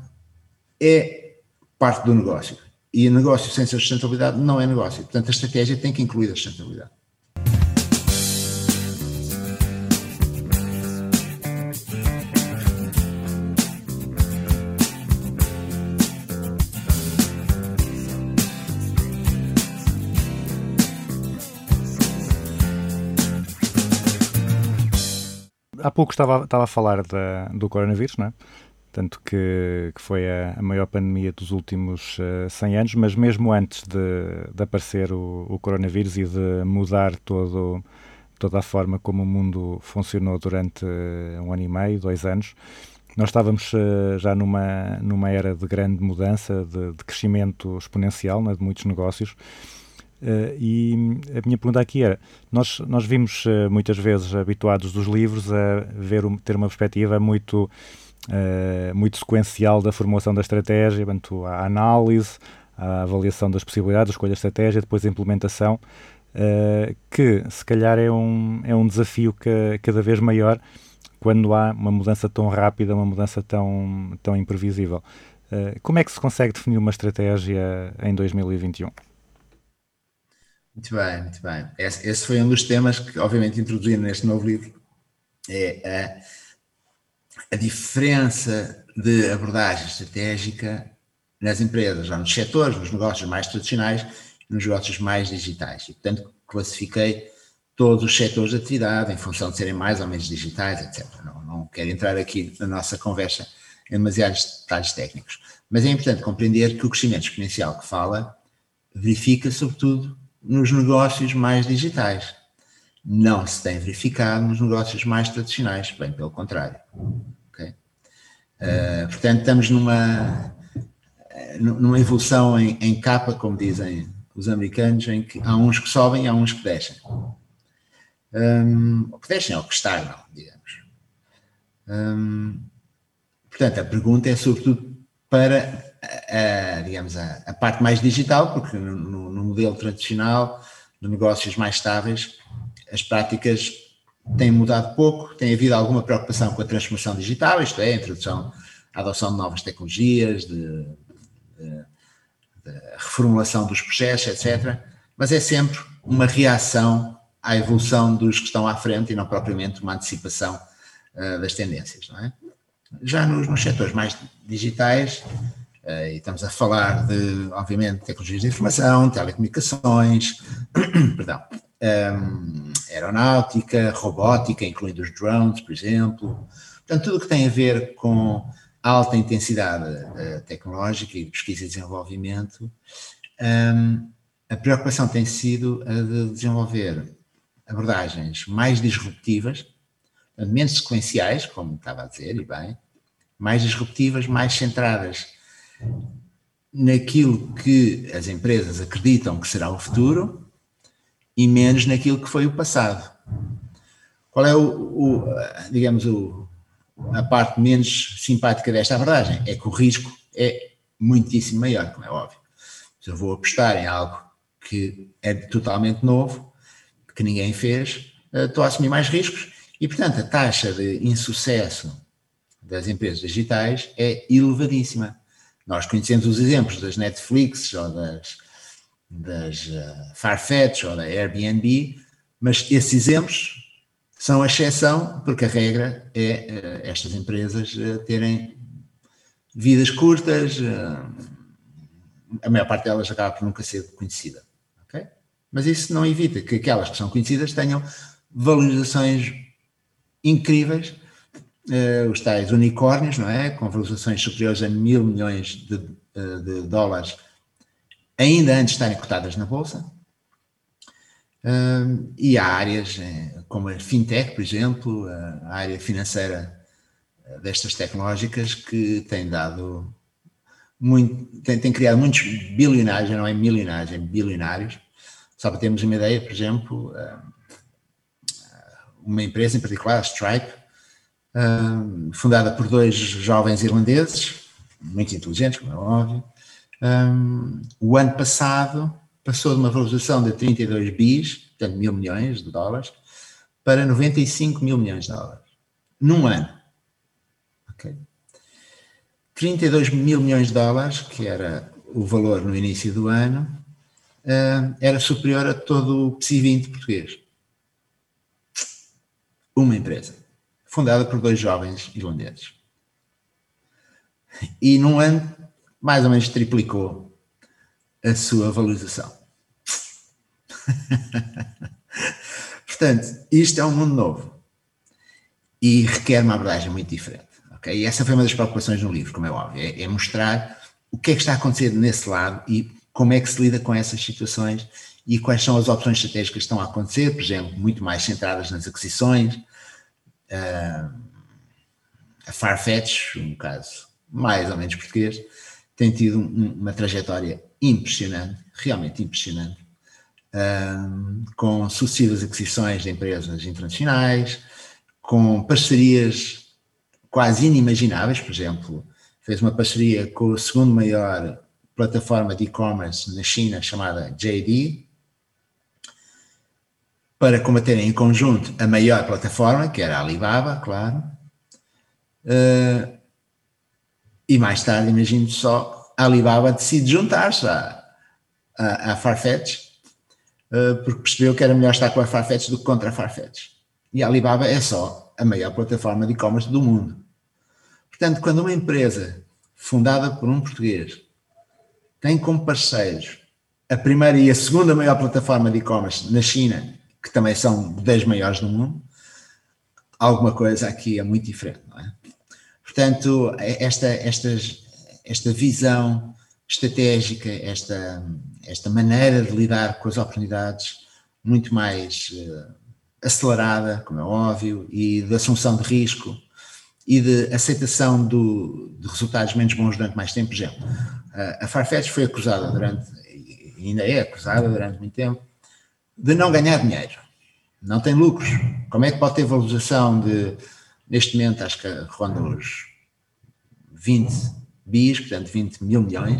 S4: é parte do negócio. E o negócio sem sustentabilidade não é negócio. Portanto, a estratégia tem que incluir a sustentabilidade.
S3: Há pouco estava, estava a falar da, do coronavírus, não é? Tanto que, que foi a, a maior pandemia dos últimos uh, cem anos, mas mesmo antes de, de aparecer o, o coronavírus e de mudar todo, toda a forma como o mundo funcionou durante uh, um ano e meio, dois anos, nós estávamos uh, já numa, numa era de grande mudança, de, de crescimento exponencial, né, de muitos negócios. Uh, e a minha pergunta aqui era, nós, nós vimos uh, muitas vezes habituados dos livros a ver, um, ter uma perspectiva muito, uh, muito sequencial da formulação da estratégia, portanto, a análise, à avaliação das possibilidades, a escolha de estratégia, depois a implementação, uh, que se calhar é um, é um desafio que, cada vez maior quando há uma mudança tão rápida, uma mudança tão, tão imprevisível. Uh, como é que se consegue definir uma estratégia em dois mil e vinte e um?
S4: Muito bem, muito bem. Esse, esse foi um dos temas que, obviamente, introduzi neste novo livro. É a, a diferença de abordagem estratégica nas empresas, ou nos setores, nos negócios mais tradicionais e nos negócios mais digitais. E, portanto, classifiquei todos os setores de atividade em função de serem mais ou menos digitais, etcétera. Não, não quero entrar aqui na nossa conversa em demasiados detalhes técnicos. Mas é importante compreender que o crescimento exponencial que fala verifica, sobretudo, nos negócios mais digitais. Não se tem verificado nos negócios mais tradicionais, bem pelo contrário. Okay? Uh, portanto, estamos numa, numa evolução em, em capa, como dizem os americanos, em que há uns que sobem e há uns que descem. Um, o que descem é o que estagnam, digamos. Um, portanto, a pergunta é sobretudo para a, a, digamos, a, a parte mais digital, porque no, no, no modelo tradicional, de negócios mais estáveis, as práticas têm mudado pouco, tem havido alguma preocupação com a transformação digital, isto é, a introdução, a adoção de novas tecnologias, de, de, de reformulação dos processos, etcétera. Mas é sempre uma reação à evolução dos que estão à frente e não propriamente uma antecipação uh, das tendências, não é? Já nos, nos setores mais digitais, uh, e estamos a falar de, obviamente, tecnologias de informação, telecomunicações, perdão, um, aeronáutica, robótica, incluindo os drones, por exemplo. Portanto, tudo o que tem a ver com alta intensidade uh, tecnológica e pesquisa e desenvolvimento, um, a preocupação tem sido a de desenvolver abordagens mais disruptivas, menos sequenciais, como estava a dizer, e bem, mais disruptivas, mais centradas naquilo que as empresas acreditam que será o futuro e menos naquilo que foi o passado. Qual é o, o digamos, o, a parte menos simpática desta abordagem? É que o risco é muitíssimo maior, como é óbvio. Se eu vou apostar em algo que é totalmente novo, que ninguém fez, estou a assumir mais riscos e, portanto, a taxa de insucesso das empresas digitais é elevadíssima. Nós conhecemos os exemplos das Netflix ou das, das uh, Farfetch ou da Airbnb, mas esses exemplos são a exceção, porque a regra é uh, estas empresas uh, terem vidas curtas, uh, a maior parte delas acaba por nunca ser conhecida. Okay? Mas isso não evita que aquelas que são conhecidas tenham valorizações incríveis, uh, os tais unicórnios, não é? Com valorizações superiores a mil milhões de, uh, de dólares, ainda antes de estarem cotadas na bolsa. Uh, e há áreas uh, como a fintech, por exemplo, uh, a área financeira uh, destas tecnológicas que tem dado muito, tem, tem criado muitos bilionários, não é milionários, é bilionários. Só para termos uma ideia, por exemplo, uh, uma empresa em particular, a Stripe, uh, fundada por dois jovens irlandeses, muito inteligentes, como é óbvio. Um, o ano passado passou de uma valorização de trinta e dois bis, portanto mil milhões de dólares, para noventa e cinco mil milhões de dólares, num ano. Okay. trinta e dois mil milhões de dólares, que era o valor no início do ano, uh, era superior a todo o P S I vinte português. Uma empresa, fundada por dois jovens irlandeses. E num ano, mais ou menos triplicou a sua valorização. Portanto, isto é um mundo novo e requer uma abordagem muito diferente. Okay? E essa foi uma das preocupações no livro, como é óbvio, é, é mostrar o que é que está a acontecer nesse lado e como é que se lida com essas situações e quais são as opções estratégicas que estão a acontecer, por exemplo, muito mais centradas nas aquisições. Uh, a Farfetch, um caso mais ou menos português, tem tido um, uma trajetória impressionante, realmente impressionante, um, com sucessivas aquisições de empresas internacionais, com parcerias quase inimagináveis. Por exemplo, fez uma parceria com o segundo maior plataforma de e-commerce na China chamada J D, para combaterem em conjunto a maior plataforma, que era a Alibaba, claro. Uh, e mais tarde, imagino só, a Alibaba decide juntar-se à, à, à Farfetch, uh, porque percebeu que era melhor estar com a Farfetch do que contra a Farfetch. E a Alibaba é só a maior plataforma de e-commerce do mundo. Portanto, quando uma empresa fundada por um português tem como parceiros a primeira e a segunda maior plataforma de e-commerce na China, que também são das maiores do mundo, alguma coisa aqui é muito diferente, não é? Portanto, esta, estas, esta visão estratégica, esta, esta maneira de lidar com as oportunidades muito mais uh, acelerada, como é óbvio, e de assunção de risco e de aceitação do, de resultados menos bons durante mais tempo. Por exemplo, a Farfetch foi acusada durante, e ainda é acusada durante muito tempo, de não ganhar dinheiro. Não tem lucros. Como é que pode ter valorização de, neste momento, acho que ronda os vinte bis, portanto vinte mil milhões,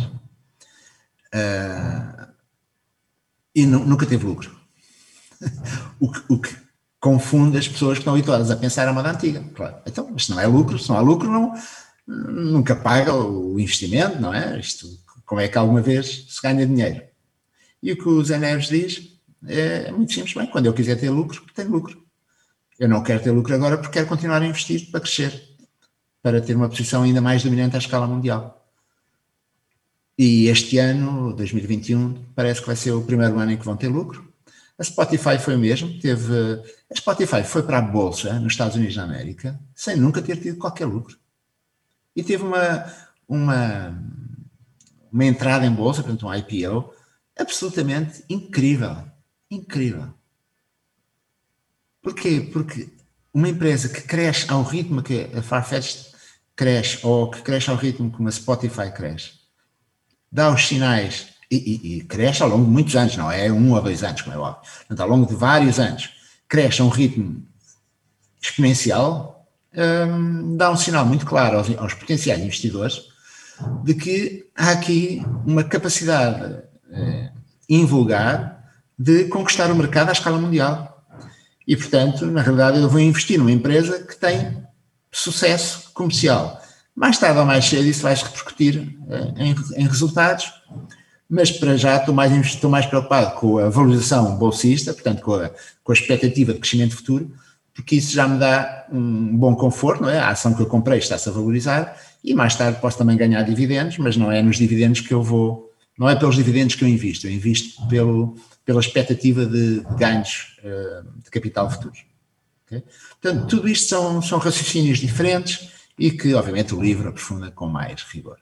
S4: uh, e nunca teve lucro. o, que, o que confunde as pessoas que estão habituadas a pensar a moda antiga. Claro. Então, mas se não é lucro, se não há lucro, não, nunca paga o investimento, não é? Isto, como é que alguma vez se ganha dinheiro? E o que o Zé Neves diz é, é muito simples. Bem, quando eu quiser ter lucro, tenho lucro. Eu não quero ter lucro agora porque quero continuar a investir para crescer, para ter uma posição ainda mais dominante à escala mundial. E este ano, dois mil e vinte e um, parece que vai ser o primeiro ano em que vão ter lucro. A Spotify foi o mesmo, teve, a Spotify foi para a Bolsa nos Estados Unidos da América sem nunca ter tido qualquer lucro. E teve uma, uma, uma entrada em Bolsa, portanto um I P O, absolutamente incrível. Incrível. Porquê? Porque uma empresa que cresce ao ritmo que a Farfetch cresce, ou que cresce ao ritmo que uma Spotify cresce, dá os sinais... E, e, e cresce ao longo de muitos anos, não é um ou dois anos, como é óbvio. Portanto, ao longo de vários anos, cresce a um ritmo exponencial, hum, dá um sinal muito claro aos, aos potenciais investidores de que há aqui uma capacidade eh, invulgar de conquistar o mercado à escala mundial. E, portanto, na realidade, eu vou investir numa empresa que tem sucesso comercial. Mais tarde ou mais cedo isso vai se repercutir eh, em, em resultados. Mas para já estou mais, estou mais preocupado com a valorização bolsista, portanto com a, com a expectativa de crescimento futuro, porque isso já me dá um bom conforto, não é? A ação que eu comprei está-se a valorizar e mais tarde posso também ganhar dividendos, mas não é nos dividendos que eu vou, não é pelos dividendos que eu invisto, eu invisto pelo, pela expectativa de ganhos uh, de capital futuro. Okay? Portanto, tudo isto são, são raciocínios diferentes e que obviamente o livro aprofunda com mais rigor.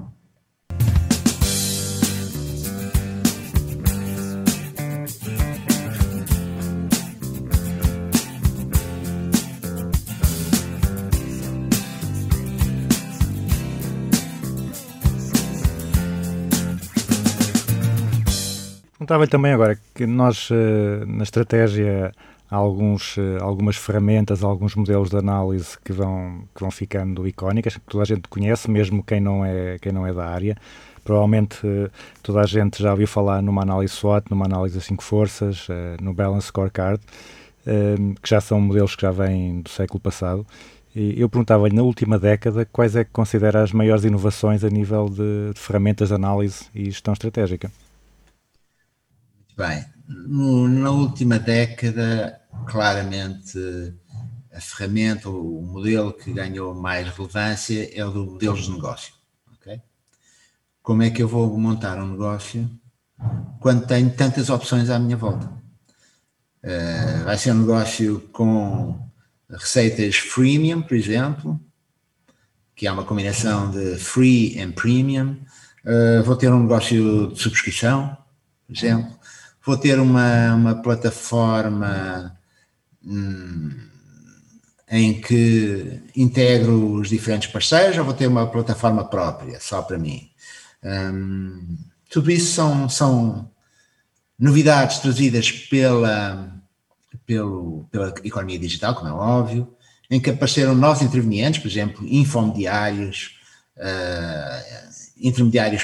S3: Perguntava-lhe também agora que nós, na estratégia, há alguns, algumas ferramentas, alguns modelos de análise que vão, que vão ficando icónicas, que toda a gente conhece, mesmo quem não é, quem não é da área. Provavelmente toda a gente já ouviu falar numa análise SWOT, numa análise das cinco forças, no Balance Scorecard, que já são modelos que já vêm do século passado. E eu perguntava-lhe, na última década, quais é que considera as maiores inovações a nível de, de ferramentas de análise e gestão estratégica?
S4: Bem, no, na última década, claramente, a ferramenta, o modelo que ganhou mais relevância é o do modelo de negócio. Okay? Como é que eu vou montar um negócio quando tenho tantas opções à minha volta? Uh, vai ser um negócio com receitas freemium, por exemplo, que é uma combinação de free and premium. Uh, vou ter um negócio de subscrição, por exemplo. Vou ter uma, uma plataforma hum, em que integro os diferentes parceiros, ou vou ter uma plataforma própria, só para mim. Hum, tudo isso são, são novidades trazidas pela, pelo, pela economia digital, como é óbvio, em que apareceram novos intervenientes, por exemplo, infomediários, uh, intermediários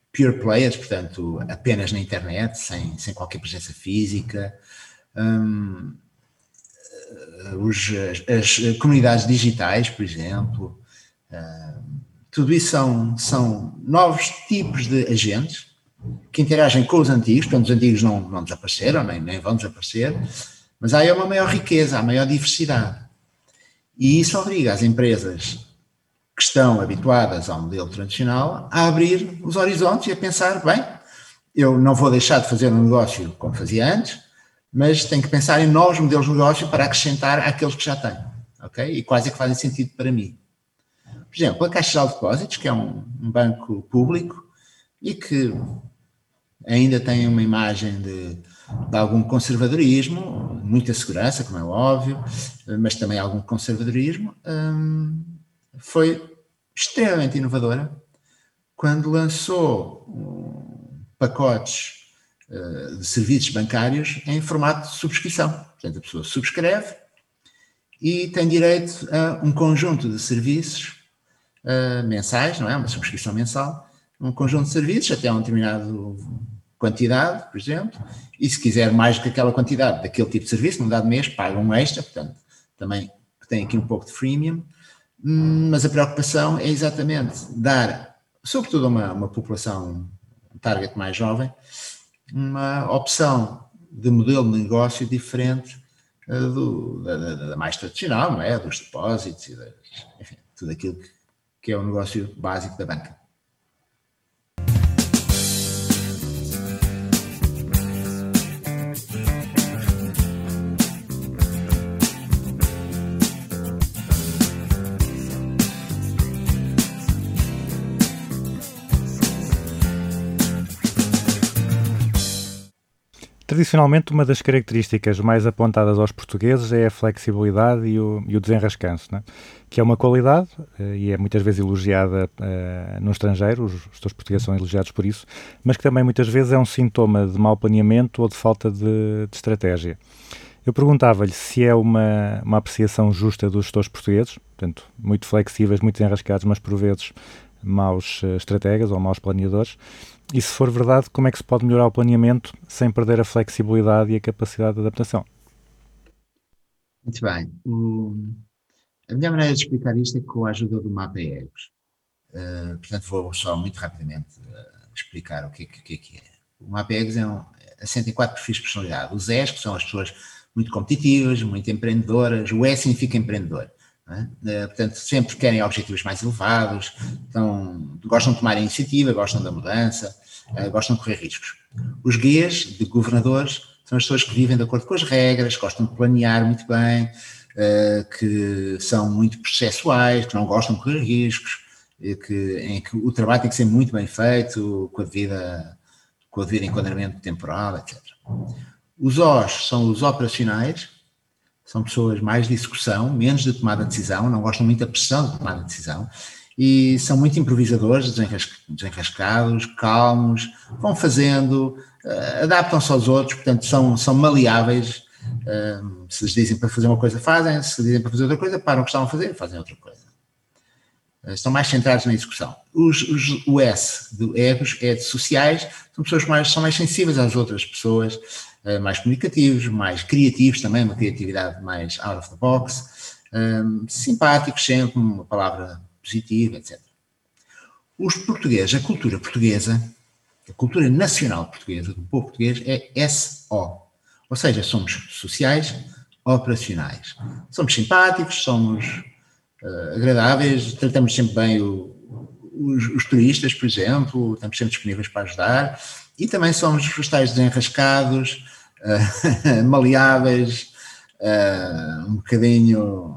S4: pure players, portanto, apenas na internet, sem, sem qualquer presença física. Um, os, as, as comunidades digitais, por exemplo, uh, tudo isso são, são novos tipos de agentes que interagem com os antigos, portanto os antigos não, não desapareceram, nem, nem vão desaparecer, mas há uma maior riqueza, há maior diversidade. E isso obriga as empresas que estão habituadas ao modelo tradicional a abrir os horizontes e a pensar, bem, eu não vou deixar de fazer um negócio como fazia antes, mas tenho que pensar em novos modelos de negócio para acrescentar àqueles que já tenho, ok? E quais é que fazem sentido para mim. Por exemplo, a Caixa Geral de Depósitos, que é um, um banco público e que ainda tem uma imagem de, de algum conservadorismo, muita segurança, como é óbvio, mas também algum conservadorismo, hum, foi extremamente inovadora quando lançou um, pacotes uh, de serviços bancários em formato de subscrição. Portanto, a pessoa subscreve e tem direito a um conjunto de serviços uh, mensais, não é? Uma subscrição mensal, um conjunto de serviços até uma determinada quantidade, por exemplo, e se quiser mais do que aquela quantidade daquele tipo de serviço, num dado mês, paga um extra, portanto, também tem aqui um pouco de freemium. Mas a preocupação é exatamente dar, sobretudo a uma, uma população, um target mais jovem, uma opção de modelo de negócio diferente uh, do, da, da, da mais tradicional, não é? Dos depósitos e das, enfim, tudo aquilo que, que é o negócio básico da banca.
S3: Tradicionalmente, uma das características mais apontadas aos portugueses é a flexibilidade e o, e o desenrascanço, né? Que é uma qualidade uh, e é muitas vezes elogiada uh, no estrangeiro, os, os teus portugueses são elogiados por isso, mas que também muitas vezes é um sintoma de mau planeamento ou de falta de, de estratégia. Eu perguntava-lhe se é uma, uma apreciação justa dos gestores portugueses, portanto, muito flexíveis, muito desenrascados, mas por vezes maus uh, estrategas ou maus planeadores. E se for verdade, como é que se pode melhorar o planeamento sem perder a flexibilidade e a capacidade de adaptação?
S4: Muito bem. O, a melhor maneira de explicar isto é com a ajuda do mapa egos. Uh, portanto, vou só muito rapidamente uh, explicar o que, que, que é que é. O mapa egos é um, assenta em quatro perfis de personalidade. Os S, que são as pessoas muito competitivas, muito empreendedoras. O E significa empreendedor. É? Portanto, sempre querem objetivos mais elevados, então, gostam de tomar a iniciativa, gostam da mudança, uh, gostam de correr riscos. Os guias de governadores são as pessoas que vivem de acordo com as regras, gostam de planear muito bem, uh, que são muito processuais, que não gostam de correr riscos, e que, em que o trabalho tem que ser muito bem feito, com a devida, com o devido enquadramento temporal, etcétera. Os Os são os operacionais. São pessoas mais de execução, menos de tomada de decisão, não gostam muito da pressão de tomada de decisão e são muito improvisadores, desenrascados, calmos, vão fazendo, uh, adaptam-se aos outros, portanto são, são maleáveis. Uh, se lhes dizem para fazer uma coisa, fazem, se lhes dizem para fazer outra coisa, param o que estavam a fazer e fazem outra coisa. Uh, estão mais centrados na execução. Os, os, o S do egos é de sociais, são pessoas que mais, são mais sensíveis às outras pessoas, mais comunicativos, mais criativos também, uma criatividade mais out of the box, um, simpáticos sempre, uma palavra positiva, etcétera. Os portugueses, a cultura portuguesa, a cultura nacional portuguesa, do povo português, é S O. Ou seja, somos sociais, operacionais. Somos simpáticos, somos uh, agradáveis, tratamos sempre bem o, os, os turistas, por exemplo, estamos sempre disponíveis para ajudar. E também somos os tais desenrascados, uh, maleáveis, uh, um bocadinho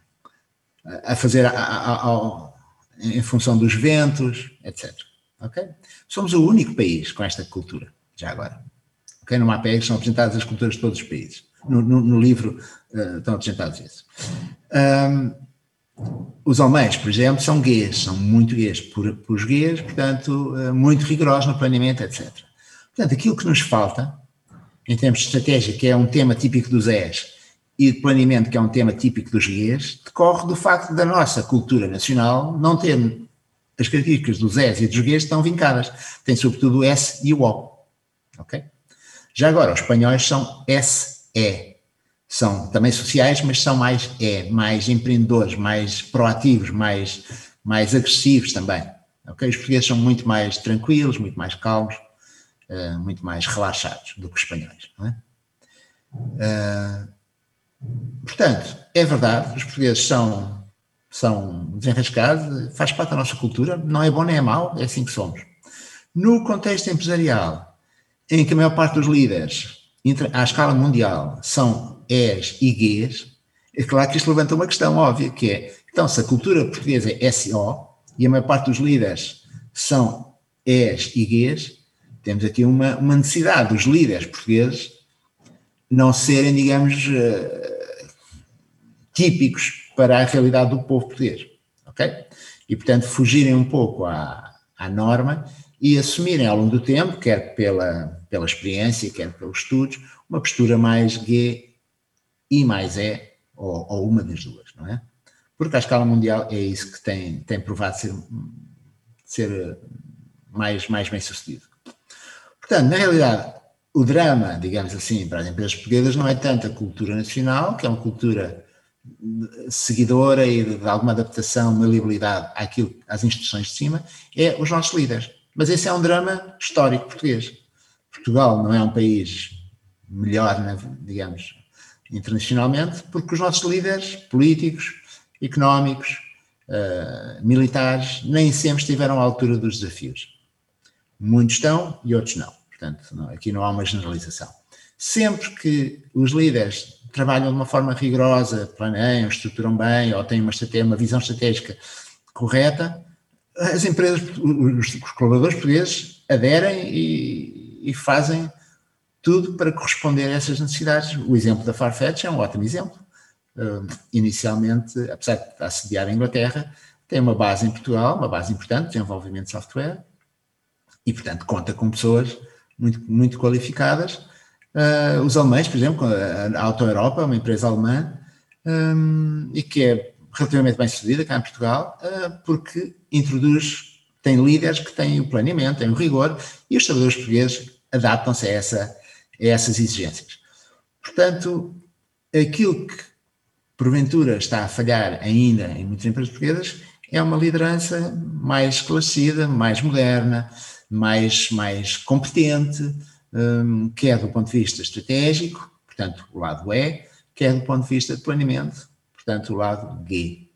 S4: a fazer a, a, a, em função dos ventos, etcétera. Okay? Somos o único país com esta cultura, já agora. Okay? No mapa egos são apresentadas as culturas de todos os países. No, no, no livro uh, estão apresentados isso. Um, Os alemães, por exemplo, são guias, são muito guias por, por os guias, portanto, uh, muito rigorosos no planeamento, etcétera. Portanto, aquilo que nos falta, em termos de estratégia, que é um tema típico dos E S, e de planeamento, que é um tema típico dos guias, decorre do facto da nossa cultura nacional não ter as características dos S e dos Gs estão vincadas. Tem sobretudo o S e o O. Ok? Já agora, os espanhóis são S E. São também sociais, mas são mais E, mais empreendedores, mais proativos, mais, mais agressivos também. Okay? Os portugueses são muito mais tranquilos, muito mais calmos, uh, muito mais relaxados do que os espanhóis. Não é? Uh, portanto, é verdade, os portugueses são, são desenrascados, faz parte da nossa cultura, não é bom nem é mau, é assim que somos. No contexto empresarial, em que a maior parte dos líderes, à escala mundial, são Es e Gs, é claro que isto levanta uma questão óbvia, que é, então, se a cultura portuguesa é S O, e a maior parte dos líderes são Es e Gs, temos aqui uma, uma necessidade dos líderes portugueses não serem, digamos, uh, típicos para a realidade do povo português, ok? E, portanto, fugirem um pouco à, à norma e assumirem ao longo do tempo, quer pela, pela experiência, quer pelos estudos, uma postura mais G e mais E, ou, ou uma das duas, não é? Porque à escala mundial é isso que tem, tem provado ser, ser mais, mais bem sucedido. Portanto, na realidade, o drama, digamos assim, para as empresas portuguesas não é tanto a cultura nacional, que é uma cultura seguidora e de, de alguma adaptação, maleabilidade àquilo, às instituições de cima, é os nossos líderes. Mas esse é um drama histórico português. Portugal não é um país melhor, digamos, internacionalmente, porque os nossos líderes políticos, económicos, uh, militares, nem sempre estiveram à altura dos desafios. Muitos estão e outros não. Portanto, não, aqui não há uma generalização. Sempre que os líderes trabalham de uma forma rigorosa, planeiam, estruturam bem, ou têm uma, estratégia, uma visão estratégica correta, as empresas, os, os colaboradores portugueses aderem e, e fazem tudo para corresponder a essas necessidades. O exemplo da Farfetch é um ótimo exemplo. Uh, inicialmente, apesar de estar sediada em Inglaterra, tem uma base em Portugal, uma base importante de desenvolvimento de software e, portanto, conta com pessoas muito, muito qualificadas. Uh, os alemães, por exemplo, a Auto Europa, uma empresa alemã, um, e que é relativamente bem sucedida cá em Portugal, uh, porque introduz, tem líderes que têm o planeamento, têm o rigor, e os trabalhadores portugueses adaptam-se a, essa, a essas exigências. Portanto, aquilo que porventura está a falhar ainda em muitas empresas portuguesas é uma liderança mais esclarecida, mais moderna, mais, mais competente, um, quer do ponto de vista estratégico, portanto o lado E, quer do ponto de vista de planeamento, portanto o lado G.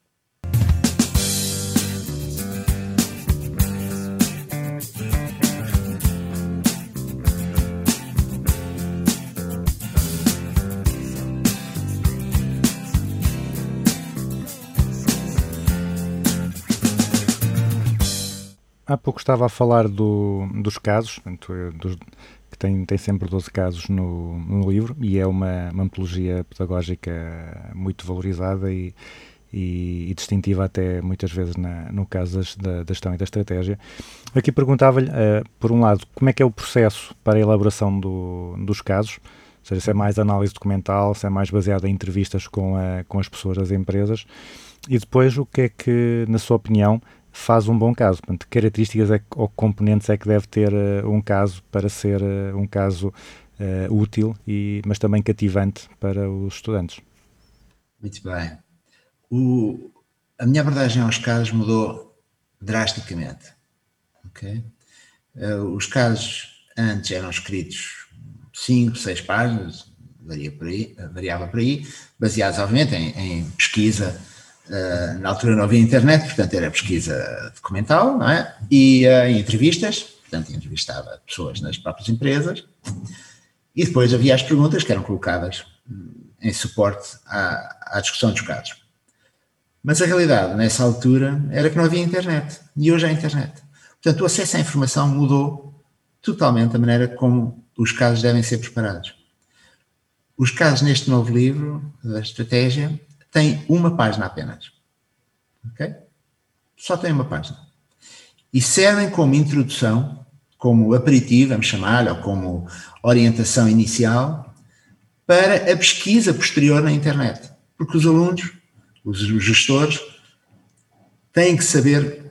S3: Há pouco estava a falar do, dos casos, dos, que tem, tem sempre doze casos no, no livro, e é uma, uma metodologia pedagógica muito valorizada e, e, e distintiva até muitas vezes na, no caso da, da gestão e da estratégia. Aqui perguntava-lhe, uh, por um lado, como é que é o processo para a elaboração do, dos casos, ou seja, se é mais análise documental, se é mais baseado em entrevistas com, a, com as pessoas das empresas, e depois o que é que, na sua opinião, faz um bom caso. Portanto, que características é que, ou componentes é que deve ter uh, um caso para ser uh, um caso uh, útil, e, mas também cativante para os estudantes?
S4: Muito bem. O, a minha abordagem aos casos mudou drasticamente. Okay? Uh, os casos antes eram escritos cinco, seis páginas, varia por aí, variava por aí, baseados obviamente em, em pesquisa. Uh, na altura não havia internet, portanto era pesquisa documental, não é? E uh, em entrevistas, portanto entrevistava pessoas nas próprias empresas, e depois havia as perguntas que eram colocadas em suporte à, à discussão dos casos. Mas a realidade nessa altura era que não havia internet, e hoje há internet. Portanto o acesso à informação mudou totalmente a maneira como os casos devem ser preparados. Os casos neste novo livro da estratégia tem uma página apenas, ok? Só tem uma página. E servem como introdução, como aperitivo, vamos chamar, ou como orientação inicial, para a pesquisa posterior na internet. Porque os alunos, os gestores, têm que saber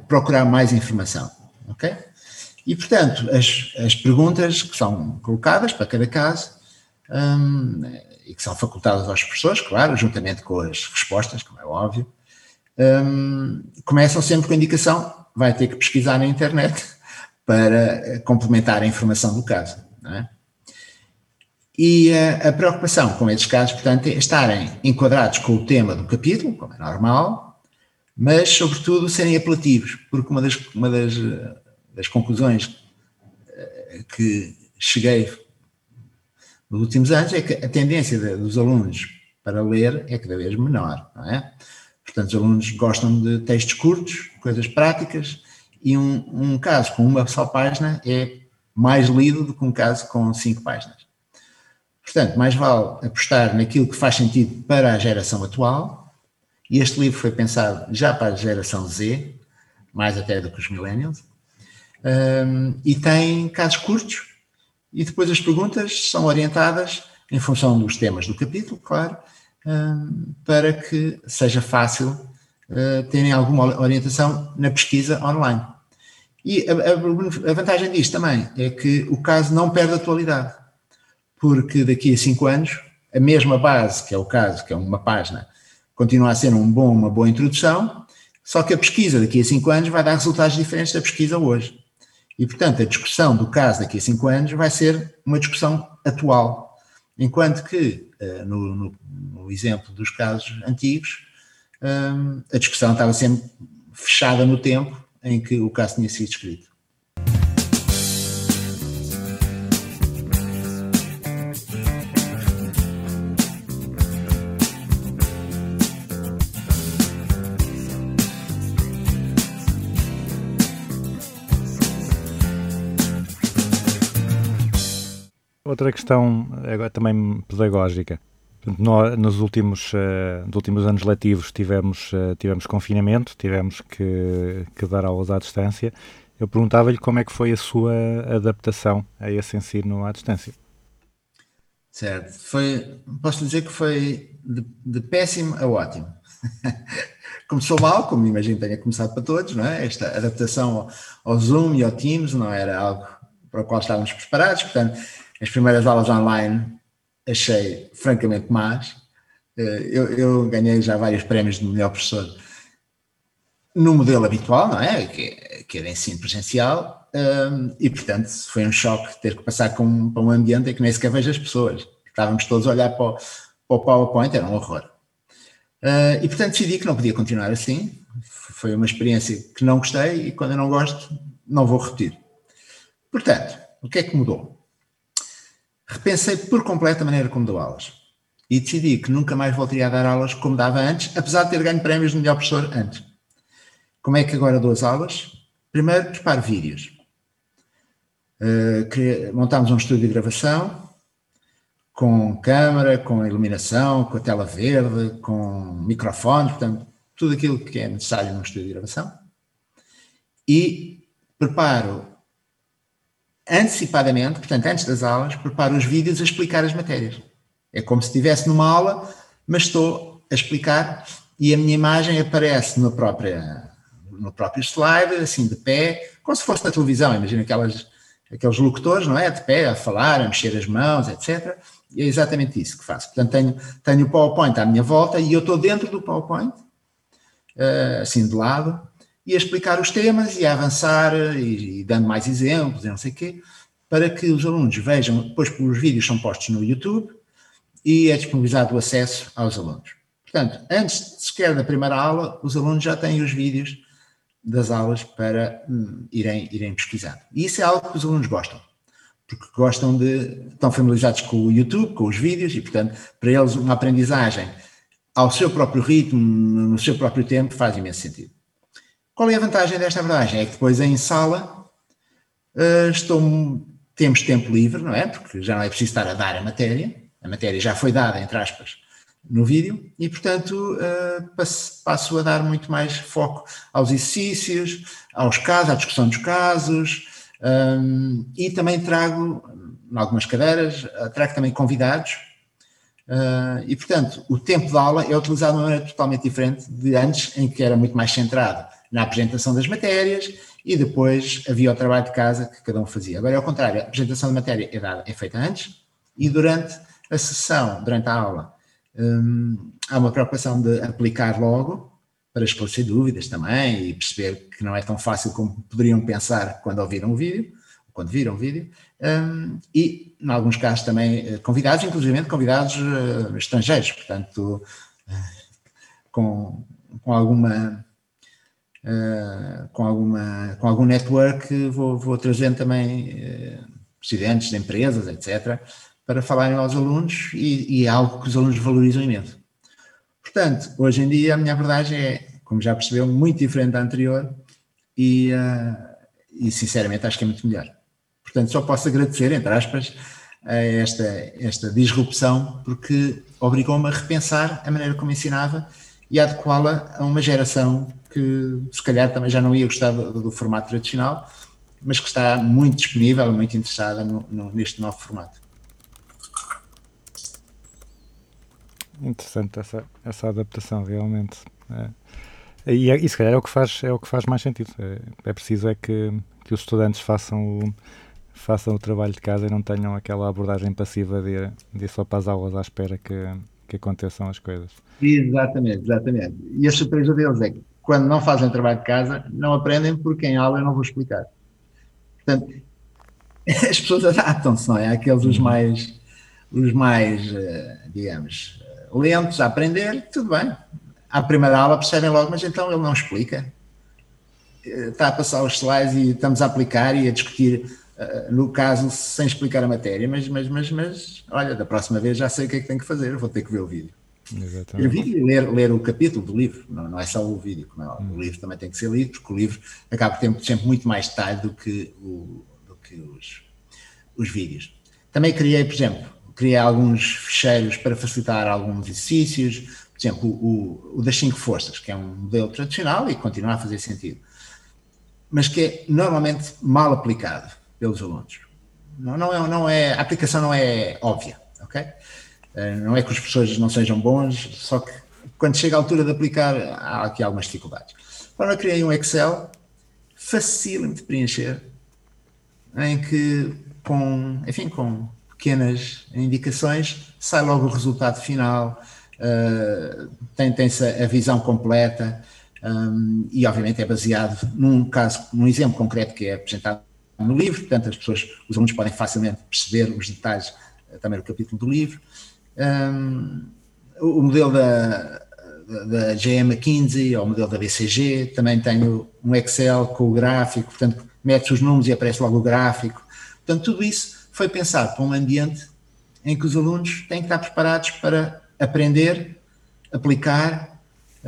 S4: procurar mais informação, ok? E, portanto, as, as perguntas que são colocadas para cada caso um, e que são facultadas aos professores, claro, juntamente com as respostas, como é óbvio, um, começam sempre com a indicação, vai ter que pesquisar na internet para complementar a informação do caso, não é? E a, a preocupação com esses casos, portanto, é estarem enquadrados com o tema do capítulo, como é normal, mas, sobretudo, serem apelativos, porque uma das, uma das, das conclusões que cheguei nos últimos anos é que a tendência de, dos alunos para ler é cada vez menor, não é? Portanto, os alunos gostam de textos curtos, coisas práticas, e um, um caso com uma só página é mais lido do que um caso com cinco páginas. Portanto, mais vale apostar naquilo que faz sentido para a geração atual, e este livro foi pensado já para a geração Z, mais até do que os millennials, um, e tem casos curtos, e depois as perguntas são orientadas em função dos temas do capítulo, claro, um, para que seja fácil uh, terem alguma orientação na pesquisa online. E a, a, a vantagem disto também é que o caso não perde atualidade, porque daqui a cinco anos, a mesma base, que é o caso, que é uma página, continua a ser um bom, uma boa introdução, só que a pesquisa daqui a cinco anos vai dar resultados diferentes da pesquisa hoje. E, portanto, a discussão do caso daqui a cinco anos vai ser uma discussão atual, enquanto que, no, no, no exemplo dos casos antigos, a discussão estava sempre fechada no tempo em que o caso tinha sido escrito.
S3: Outra questão, agora também pedagógica. Nós, nos últimos, uh, nos últimos anos letivos tivemos, uh, tivemos confinamento, tivemos que, que dar aulas à distância. Eu perguntava-lhe como é que foi a sua adaptação a esse ensino à distância.
S4: Certo. Foi, posso dizer que foi de, de péssimo a ótimo. Começou mal, como imagino que tenha começado para todos, não é? Esta adaptação ao, ao Zoom e ao Teams não era algo para o qual estávamos preparados, portanto, as primeiras aulas online achei francamente más. Eu, eu ganhei já vários prémios de melhor professor no modelo habitual, não é? Que, que é de ensino presencial, e portanto foi um choque ter que passar com, para um ambiente em que nem sequer vejo as pessoas. Estávamos todos a olhar para o, para o PowerPoint, era um horror. E portanto decidi que não podia continuar assim. Foi uma experiência que não gostei e quando eu não gosto não vou repetir. Portanto, o que é que mudou? Repensei por completo a maneira como dou aulas e decidi que nunca mais voltaria a dar aulas como dava antes, apesar de ter ganho prémios de melhor professor antes. Como é que agora dou as aulas? Primeiro, preparo vídeos. Uh, montámos um estúdio de gravação com câmara, com iluminação, com a tela verde, com microfones, portanto, tudo aquilo que é necessário num estúdio de gravação. E preparo antecipadamente, portanto, antes das aulas, preparo os vídeos a explicar as matérias. É como se estivesse numa aula, mas estou a explicar e a minha imagem aparece no próprio, no próprio slide, assim, de pé, como se fosse na televisão. Imagina aquelas, aqueles locutores, não é? De pé, a falar, a mexer as mãos, etcétera. E é exatamente isso que faço. Portanto, tenho, tenho o PowerPoint à minha volta e eu estou dentro do PowerPoint, assim, de lado, e a explicar os temas e a avançar e, e dando mais exemplos e não sei o quê, para que os alunos vejam, depois os vídeos são postos no YouTube e é disponibilizado o acesso aos alunos. Portanto, antes sequer da primeira aula, os alunos já têm os vídeos das aulas para hum, irem, irem pesquisando. E isso é algo que os alunos gostam, porque gostam de, estão familiarizados com o YouTube, com os vídeos e, portanto, para eles uma aprendizagem ao seu próprio ritmo, no seu próprio tempo, faz imenso sentido. Qual é a vantagem desta abordagem? É que depois em sala uh, estou, temos tempo livre, não é? Porque já não é preciso estar a dar a matéria, a matéria já foi dada, entre aspas, no vídeo, e portanto uh, passo, passo a dar muito mais foco aos exercícios, aos casos, à discussão dos casos, um, e também trago, em algumas cadeiras, uh, trago também convidados, uh, e portanto o tempo de aula é utilizado de uma maneira totalmente diferente de antes, em que era muito mais centrado na apresentação das matérias e depois havia o trabalho de casa que cada um fazia. Agora é ao contrário, a apresentação da matéria é, dada, é feita antes e durante a sessão, durante a aula, hum, há uma preocupação de aplicar logo para esclarecer dúvidas também e perceber que não é tão fácil como poderiam pensar quando ouviram o vídeo, quando viram o vídeo, um, e, em alguns casos, também convidados, inclusive convidados uh, estrangeiros, portanto, uh, com, com alguma... Uh, com, alguma, com algum network, vou, vou trazendo também uh, presidentes de empresas, etcétera, para falarem aos alunos e, e é algo que os alunos valorizam imenso. Portanto, hoje em dia a minha abordagem é, como já percebeu, muito diferente da anterior e, uh, e sinceramente acho que é muito melhor. Portanto, só posso agradecer, entre aspas, a esta, esta disrupção, porque obrigou-me a repensar a maneira como ensinava e a adequá-la a uma geração que se calhar também já não ia gostar do, do formato tradicional, mas que está muito disponível, muito interessada no, no, neste novo formato.
S3: Interessante essa, essa adaptação, realmente. É. E, e se calhar é o que faz, é o que faz mais sentido. É, é preciso é que, que os estudantes façam o, façam o trabalho de casa e não tenham aquela abordagem passiva de, de ir só para as aulas à espera que, que aconteçam as coisas.
S4: Exatamente, exatamente. E a surpresa deles é que quando não fazem trabalho de casa, não aprendem porque em aula eu não vou explicar. Portanto, as pessoas adaptam-se, não é? Aqueles os mais, os mais, digamos, lentos a aprender, tudo bem. À primeira aula percebem logo, mas então ele não explica. Está a passar os slides e estamos a aplicar e a discutir, no caso, sem explicar a matéria, mas, mas, mas, mas olha, da próxima vez já sei o que é que tenho que fazer, vou ter que ver o vídeo. Ver o vídeo e ler, ler o capítulo do livro, não, não é só o vídeo, como é, hum. O livro também tem que ser lido, porque o livro acaba por ter sempre muito mais detalhe do que, o, do que os, os vídeos. Também criei, por exemplo, criei alguns ficheiros para facilitar alguns exercícios, por exemplo, o, o das cinco forças, que é um modelo tradicional e continua a fazer sentido, mas que é normalmente mal aplicado pelos alunos. Não, não é, não é, a aplicação não é óbvia, ok? Não é que os professores não sejam bons, só que quando chega a altura de aplicar há aqui algumas dificuldades. Então eu criei um Excel facílimo de preencher, em que com, enfim, com pequenas indicações sai logo o resultado final, uh, tem, tem-se a visão completa um, e obviamente é baseado num caso, num exemplo concreto que é apresentado no livro, portanto as pessoas, os alunos podem facilmente perceber os detalhes uh, também do capítulo do livro. Um, o modelo da, da G M quinze ou o modelo da B C G, também tenho um Excel com o gráfico, portanto metes os números e aparece logo o gráfico. Portanto, tudo isso foi pensado para um ambiente em que os alunos têm que estar preparados para aprender, aplicar,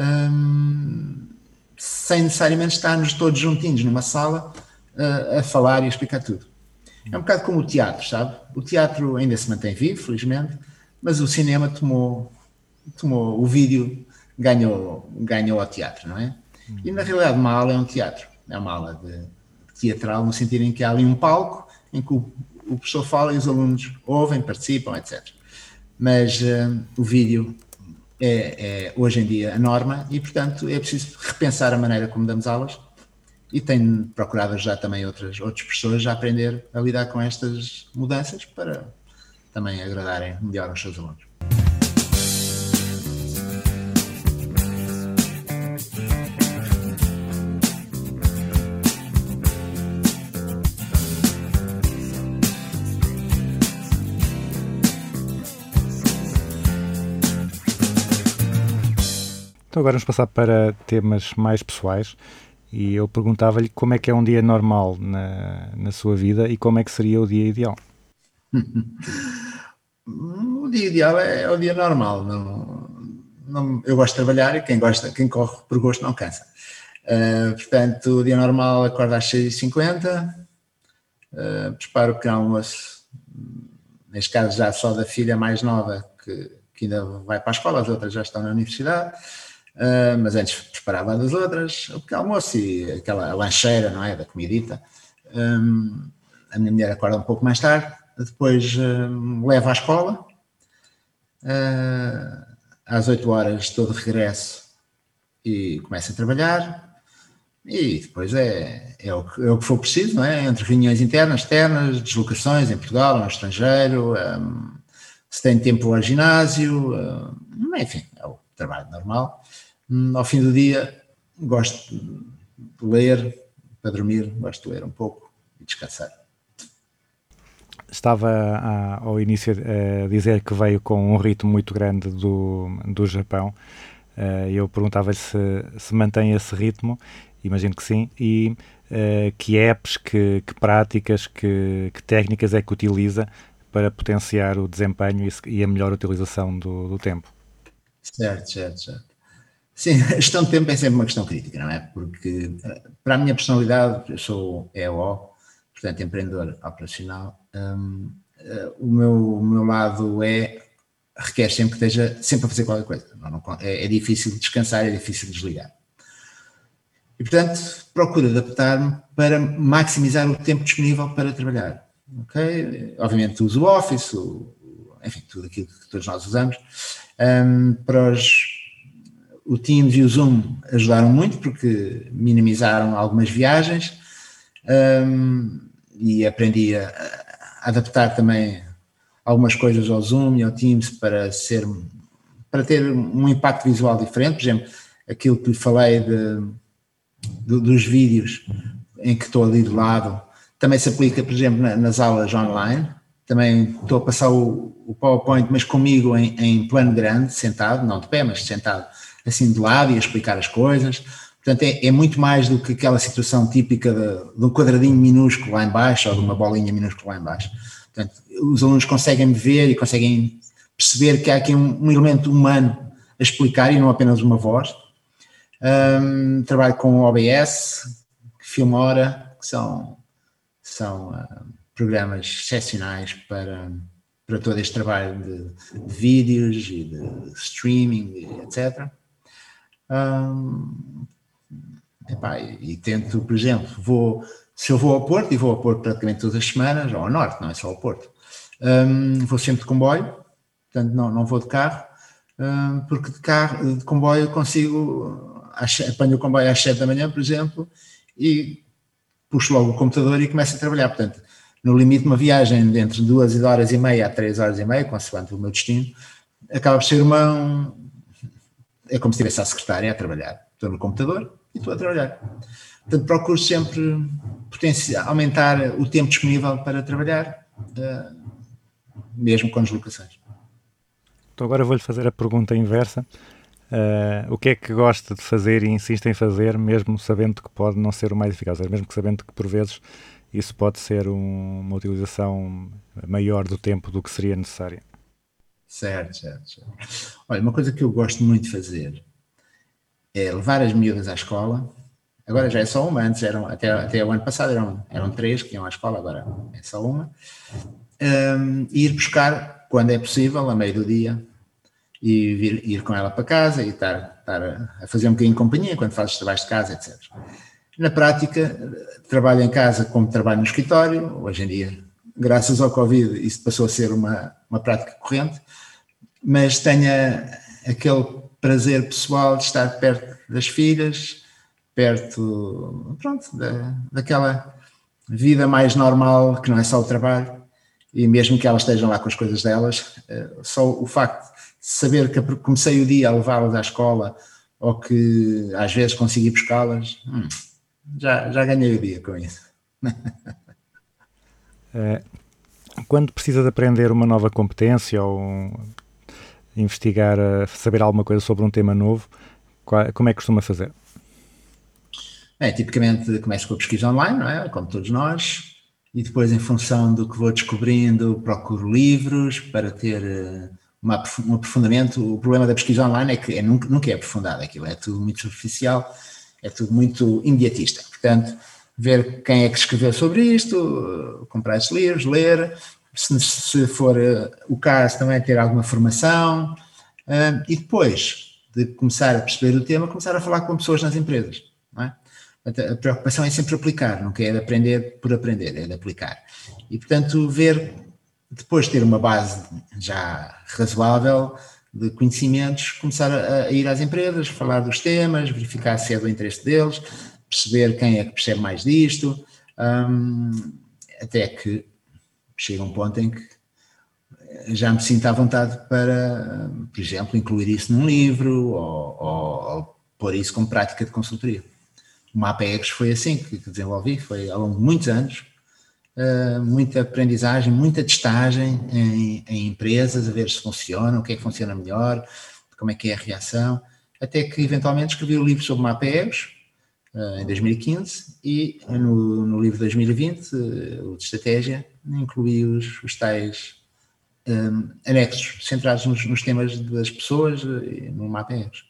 S4: um, sem necessariamente estarmos todos juntinhos numa sala uh, a falar e a explicar tudo. É um bocado como o teatro, sabe? O teatro ainda se mantém vivo, felizmente, mas o cinema tomou, tomou o vídeo, ganhou, ganhou ao teatro, não é? E na realidade uma aula é um teatro, é uma aula de, de teatral no sentido em que há ali um palco em que o, o professor fala e os alunos ouvem, participam, etcétera. Mas uh, o vídeo é, é hoje em dia a norma e, portanto, é preciso repensar a maneira como damos aulas e tenho procurado ajudar também outras, outros professores a aprender a lidar com estas mudanças para também agradarem melhor aos seus alunos.
S3: Então agora vamos passar para temas mais pessoais e eu perguntava-lhe como é que é um dia normal na, na sua vida e como é que seria o dia ideal.
S4: O dia ideal é, é o dia normal. Não, não, eu gosto de trabalhar e quem gosta, quem corre por gosto não cansa. Uh, portanto, o dia normal acorda às seis e cinquenta, uh, preparo o pequeno almoço, neste caso já só da filha mais nova que, que ainda vai para a escola, as outras já estão na universidade, uh, mas antes preparava das outras, o pequeno almoço e aquela lancheira, não é, da comidita. Um, a minha mulher acorda um pouco mais tarde, depois uh, levo à escola, uh, às oito horas estou de regresso e começo a trabalhar, E depois é, é, o que, é o que for preciso, não é? Entre reuniões internas, externas, deslocações em Portugal, no estrangeiro, um, se tem tempo ao ginásio, um, enfim, é o trabalho normal. Um, ao fim do dia, gosto de ler, para dormir, gosto de ler um pouco e descansar.
S3: Estava a, ao início a dizer que veio com um ritmo muito grande do, do Japão. Uh, eu perguntava-lhe se, se mantém esse ritmo, imagino que sim, e uh, que apps, que, que práticas, que, que técnicas é que utiliza para potenciar o desempenho e, e a melhor utilização do, do tempo.
S4: Certo, certo, certo. Sim, a gestão de tempo é sempre uma questão crítica, não é? Porque para a minha personalidade, eu sou E O, portanto empreendedor operacional, um, uh, o, meu, o meu lado é, requer sempre que esteja sempre a fazer qualquer coisa. Não, não, é, é difícil descansar, é difícil desligar. E, portanto, procuro adaptar-me para maximizar o tempo disponível para trabalhar. Okay? Obviamente uso o Office, o, enfim, tudo aquilo que todos nós usamos. Um, para os, o Teams e o Zoom ajudaram muito porque minimizaram algumas viagens um, e aprendi a, a adaptar também algumas coisas ao Zoom e ao Teams para, ser, para ter um impacto visual diferente. Por exemplo, aquilo que lhe falei de, de, dos vídeos em que estou ali de lado, também se aplica, por exemplo, nas aulas online. Também estou a passar o, o PowerPoint, mas comigo em, em plano grande, sentado, não de pé, mas sentado assim de lado e a explicar as coisas. Portanto, é, é muito mais do que aquela situação típica de, de um quadradinho minúsculo lá em baixo ou de uma bolinha minúscula lá em baixo. Portanto, os alunos conseguem me ver e conseguem perceber que há aqui um, um elemento humano a explicar e não apenas uma voz. Um, trabalho com o O B S, Filmora, que são, são uh, programas excepcionais para, para todo este trabalho de, de vídeos e de streaming, etcétera. Um, epá, e, e tento, por exemplo, vou, se eu vou ao Porto, e vou ao Porto praticamente todas as semanas, ou ao Norte, não é só ao Porto, um, vou sempre de comboio, portanto não, não vou de carro, um, porque de, carro, de comboio eu consigo, apanho o comboio às sete da manhã, por exemplo, e puxo logo o computador e começo a trabalhar. Portanto, no limite, uma viagem de entre duas horas e meia a três horas e meia, consoante o meu destino, acaba por ser uma... Um, é como se estivesse à secretária a trabalhar. Estou no computador e estou a trabalhar. Portanto, procuro sempre potenciar, aumentar o tempo disponível para trabalhar, uh, mesmo com deslocações.
S3: Então agora vou-lhe fazer a pergunta inversa. Uh, o que é que gosta de fazer e insiste em fazer, mesmo sabendo que pode não ser o mais eficaz, mesmo que sabendo que por vezes isso pode ser um, uma utilização maior do tempo do que seria necessária?
S4: Certo, certo, certo. Olha, uma coisa que eu gosto muito de fazer é levar as miúdas à escola. Agora já é só uma, antes eram, até, até o ano passado eram, eram três que iam à escola, agora é só uma. Um, e ir buscar, quando é possível, a meio do dia, e vir, ir com ela para casa e estar, estar a fazer um bocadinho de companhia quando fazes trabalhos de casa, etcétera. Na prática, trabalho em casa como trabalho no escritório. Hoje em dia, graças ao Covid, isso passou a ser uma, uma prática corrente, mas tenha aquele prazer pessoal de estar perto das filhas, perto, pronto, da, daquela vida mais normal, que não é só o trabalho, e mesmo que elas estejam lá com as coisas delas, só o facto de saber que comecei o dia a levá-las à escola, ou que às vezes consegui buscá-las, hum, já, já ganhei o dia com isso.
S3: É, quando precisa de aprender uma nova competência ou investigar, saber alguma coisa sobre um tema novo, qual, como é que costuma fazer?
S4: Bem, tipicamente começo com a pesquisa online, não é? Como todos nós, e depois, em função do que vou descobrindo, procuro livros para ter uma, um aprofundamento. O problema da pesquisa online é que é, nunca, nunca é aprofundado, aquilo é tudo muito superficial, é tudo muito imediatista. Portanto, ver quem é que escreveu sobre isto, comprar esses livros, ler, se, se for o caso também ter alguma formação, uh, e depois de começar a perceber o tema, começar a falar com pessoas nas empresas, não é? A preocupação é sempre aplicar, nunca é de aprender por aprender, é de aplicar. E, portanto, ver, depois de ter uma base já razoável de conhecimentos, começar a, a ir às empresas, falar dos temas, verificar se é do interesse deles, perceber quem é que percebe mais disto, um, até que chega um ponto em que já me sinto à vontade para, por exemplo, incluir isso num livro ou, ou, ou pôr isso como prática de consultoria. O MapEx foi assim que, que desenvolvi, foi ao longo de muitos anos, uh, muita aprendizagem, muita testagem em, em empresas, a ver se funciona, o que é que funciona melhor, como é que é a reação, até que eventualmente escrevi o livro sobre MapEx, uh, em dois mil e quinze, e no, no livro de dois mil e vinte, uh, o de estratégia, incluí os, os tais um, anexos centrados nos, nos temas das pessoas uh, no MapEx.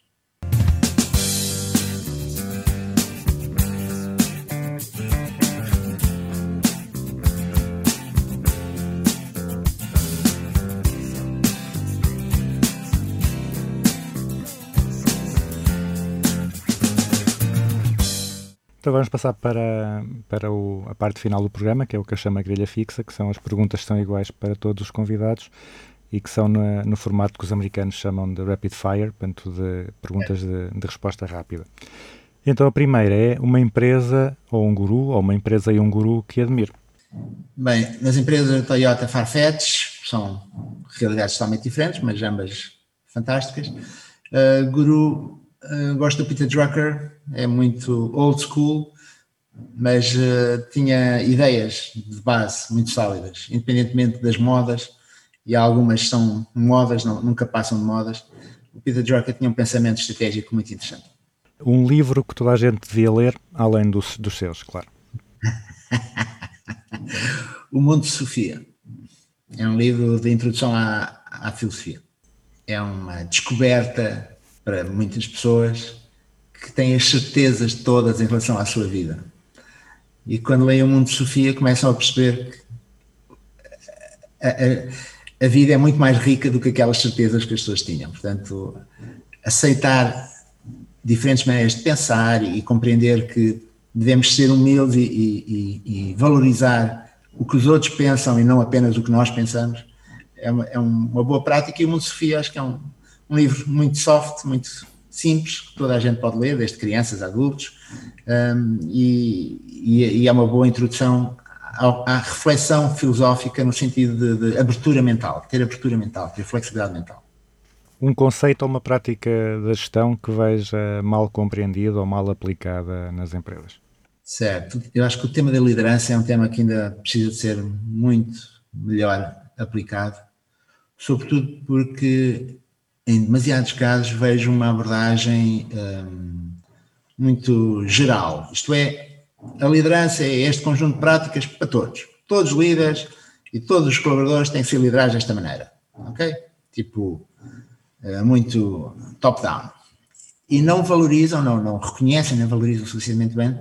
S3: Então vamos passar para, para o, a parte final do programa, que é o que eu chamo a grelha fixa, que são as perguntas que são iguais para todos os convidados e que são no, no formato que os americanos chamam de rapid fire, portanto de perguntas de, de resposta rápida. Então a primeira é uma empresa ou um guru, ou uma empresa e um guru que admiro.
S4: Bem, nas empresas Toyota, Farfetch, são realidades totalmente diferentes, mas ambas fantásticas. Uh, guru, uh, gosto do Peter Drucker, é muito old school, mas uh, tinha ideias de base muito sólidas, independentemente das modas, e algumas são modas, não, nunca passam de modas. O Peter Drucker tinha um pensamento estratégico muito interessante.
S3: Um livro que toda a gente devia ler, além dos, dos seus, claro.
S4: O Mundo de Sofia. É um livro de introdução à, à filosofia. É uma descoberta para muitas pessoas que têm as certezas todas em relação à sua vida. E quando leem o Mundo de Sofia começam a perceber que a, a, a vida é muito mais rica do que aquelas certezas que as pessoas tinham. Portanto, aceitar diferentes maneiras de pensar e, e compreender que devemos ser humildes e, e, e, e valorizar o que os outros pensam e não apenas o que nós pensamos, é uma, é uma boa prática. E o Mundo de Sofia acho que é um, um livro muito soft, muito simples, que toda a gente pode ler, desde crianças a adultos, um, e, e, e é uma boa introdução à, à reflexão filosófica no sentido de, de abertura mental, ter abertura mental, ter flexibilidade mental.
S3: Um conceito ou uma prática da gestão que veja mal compreendida ou mal aplicada nas empresas?
S4: Certo. Eu acho que o tema da liderança é um tema que ainda precisa de ser muito melhor aplicado, sobretudo porque em demasiados casos vejo uma abordagem hum, muito geral. Isto é, a liderança é este conjunto de práticas para todos. Todos os líderes e todos os colaboradores têm que ser liderados desta maneira. Ok? Tipo, muito top-down. E não valorizam, não, não reconhecem, nem valorizam suficientemente bem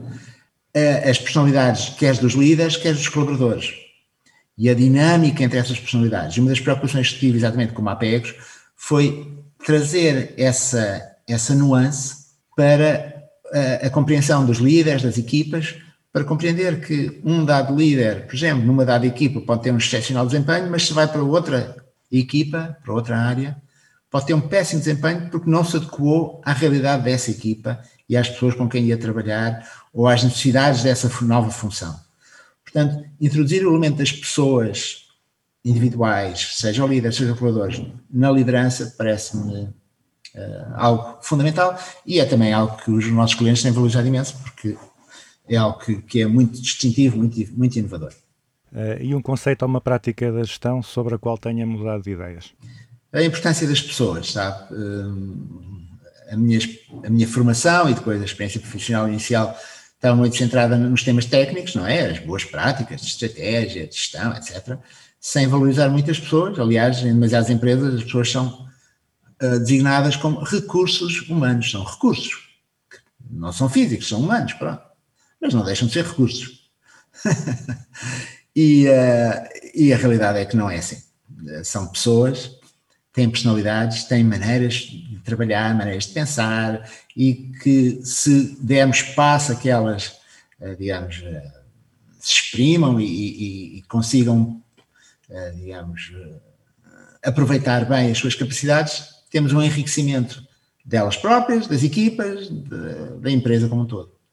S4: as personalidades, quer dos líderes, quer dos colaboradores. E a dinâmica entre essas personalidades. E uma das preocupações que tive exatamente com o MapEx foi trazer essa, essa nuance para a, a compreensão dos líderes, das equipas, para compreender que um dado líder, por exemplo, numa dada equipa pode ter um excepcional desempenho, mas se vai para outra equipa, para outra área, pode ter um péssimo desempenho porque não se adequou à realidade dessa equipa e às pessoas com quem ia trabalhar ou às necessidades dessa nova função. Portanto, introduzir o elemento das pessoas individuais, seja o líder, seja colaboradores, na liderança, parece-me uh, algo fundamental e é também algo que os nossos clientes têm valorizado imenso, porque é algo que, que é muito distintivo, muito, muito inovador.
S3: Uh, e um conceito ou uma prática da gestão sobre a qual tenha mudado de ideias?
S4: A importância das pessoas, sabe? Uh, a, minha, a minha formação e depois a experiência profissional inicial estava muito centrada nos temas técnicos, não é? As boas práticas de estratégia, de gestão, etcétera, sem valorizar muitas pessoas. Aliás, em demasiadas empresas as pessoas são uh, designadas como recursos humanos. São recursos, que não são físicos, são humanos, pronto. Mas não deixam de ser recursos. e, uh, e a realidade é que não é assim. São pessoas, têm personalidades, têm maneiras de trabalhar, maneiras de pensar e que se dermos espaço a que elas, digamos, se exprimam e, e, e consigam, digamos, aproveitar bem as suas capacidades, temos um enriquecimento delas próprias, das equipas, da, da empresa como um todo.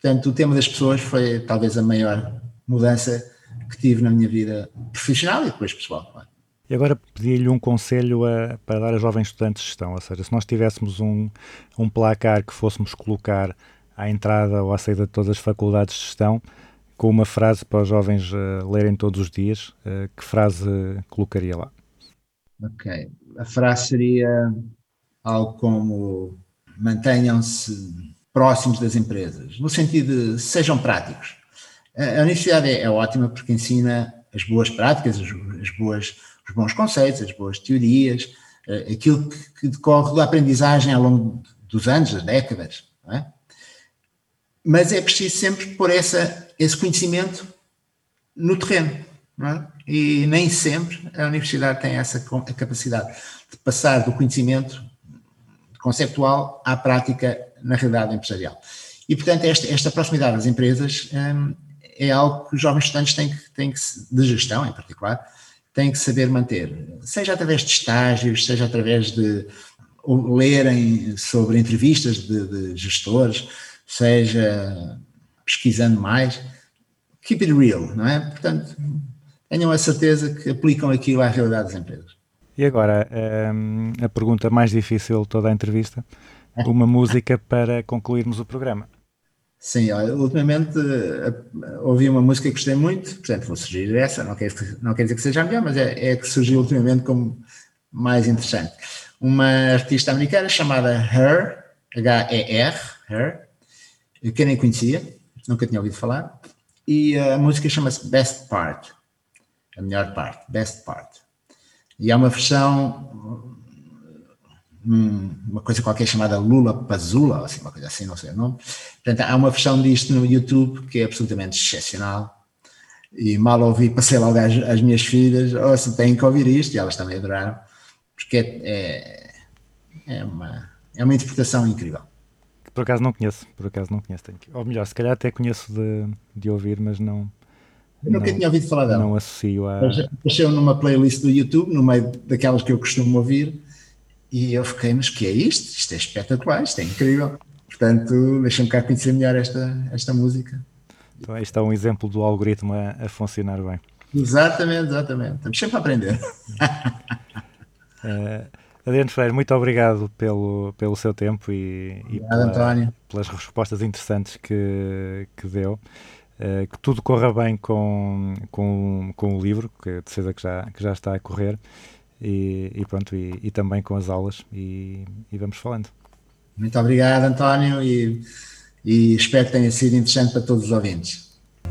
S4: Portanto, o tema das pessoas foi talvez a maior mudança que tive na minha vida profissional e depois pessoal. Claro.
S3: E agora pedi-lhe um conselho a, para dar a jovens estudantes de gestão, ou seja, se nós tivéssemos um, um placar que fôssemos colocar à entrada ou à saída de todas as faculdades de gestão, com uma frase para os jovens uh, lerem todos os dias, uh, que frase colocaria lá?
S4: Ok. A frase seria algo como mantenham-se próximos das empresas, no sentido de sejam práticos. A universidade é, é ótima porque ensina as boas práticas, as, as boas, os bons conceitos, as boas teorias, uh, aquilo que, que decorre da aprendizagem ao longo dos anos, das décadas, não é? Mas é preciso sempre pôr essa, esse conhecimento no terreno, não é? E nem sempre a universidade tem essa a capacidade de passar do conhecimento conceptual à prática na realidade empresarial. E, portanto, esta, esta proximidade das empresas hum, é algo que os jovens estudantes têm que, têm que, de gestão em particular, têm que saber manter, seja através de estágios, seja através de lerem sobre entrevistas de, de gestores, seja pesquisando mais, keep it real, não é? Portanto, tenham a certeza que aplicam aquilo à realidade das empresas.
S3: E agora, um, a pergunta mais difícil de toda a entrevista, uma música para concluirmos o programa.
S4: Sim, olha, ultimamente uh, ouvi uma música que gostei muito, portanto vou sugerir essa, não quer, não quer dizer que seja a melhor, mas é, é a que surgiu ultimamente como mais interessante. Uma artista americana chamada Her, H E R, Her, que eu nem conhecia, nunca tinha ouvido falar, e a música chama-se Best Part, a melhor parte, Best Part. E há uma versão, uma coisa qualquer chamada Lula Pazula, assim, uma coisa assim, não sei o nome. Portanto, há uma versão disto no YouTube que é absolutamente excepcional. E mal ouvi, passei logo às, às minhas filhas, oh, se têm que ouvir isto, e elas também adoraram, porque é, é, é, uma, é uma interpretação incrível.
S3: Por acaso não conheço, por acaso não conheço. Tenho que... Ou melhor, se calhar até conheço de, de ouvir, mas não...
S4: Eu nunca
S3: não,
S4: tinha ouvido falar dela.
S3: Não associo a...
S4: Apareceu numa playlist do YouTube, no meio daquelas que eu costumo ouvir, e eu fiquei, mas que é isto? Isto é espetacular, isto é incrível. Portanto, deixa-me cá conhecer melhor esta, esta música.
S3: Então, isto é um exemplo do algoritmo a, a funcionar bem.
S4: Exatamente, exatamente. Estamos sempre a aprender.
S3: uh, Adriano Freire, muito obrigado pelo, pelo seu tempo e, e
S4: Obrigado,
S3: pela, pelas respostas interessantes que, que deu. Uh, que tudo corra bem com, com, com o livro, que de certeza que já, que já está a correr, e, e pronto, e, e também com as aulas, e, e vamos falando.
S4: Muito obrigado, António, e, e espero que tenha sido interessante para todos os ouvintes.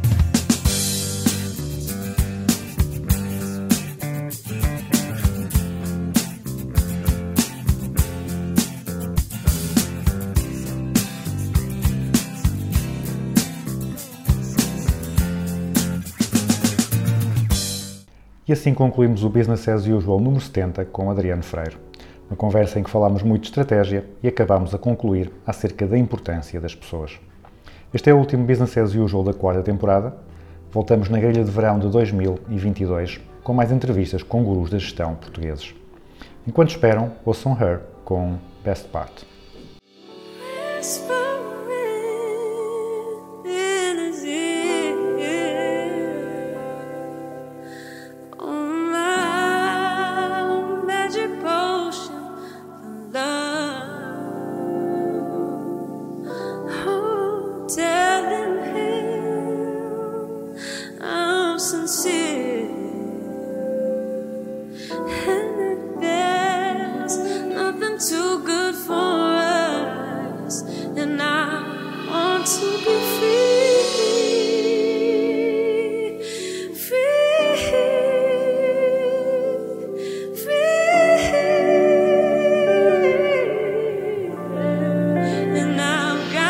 S3: E assim concluímos o Business as Usual número setenta com Adriano Freire. Uma conversa em que falámos muito de estratégia e acabámos a concluir acerca da importância das pessoas. Este é o último Business as Usual da quarta temporada. Voltamos na grelha de verão de dois mil e vinte e dois com mais entrevistas com gurus da gestão portugueses. Enquanto esperam, ouçam Her com Best Part.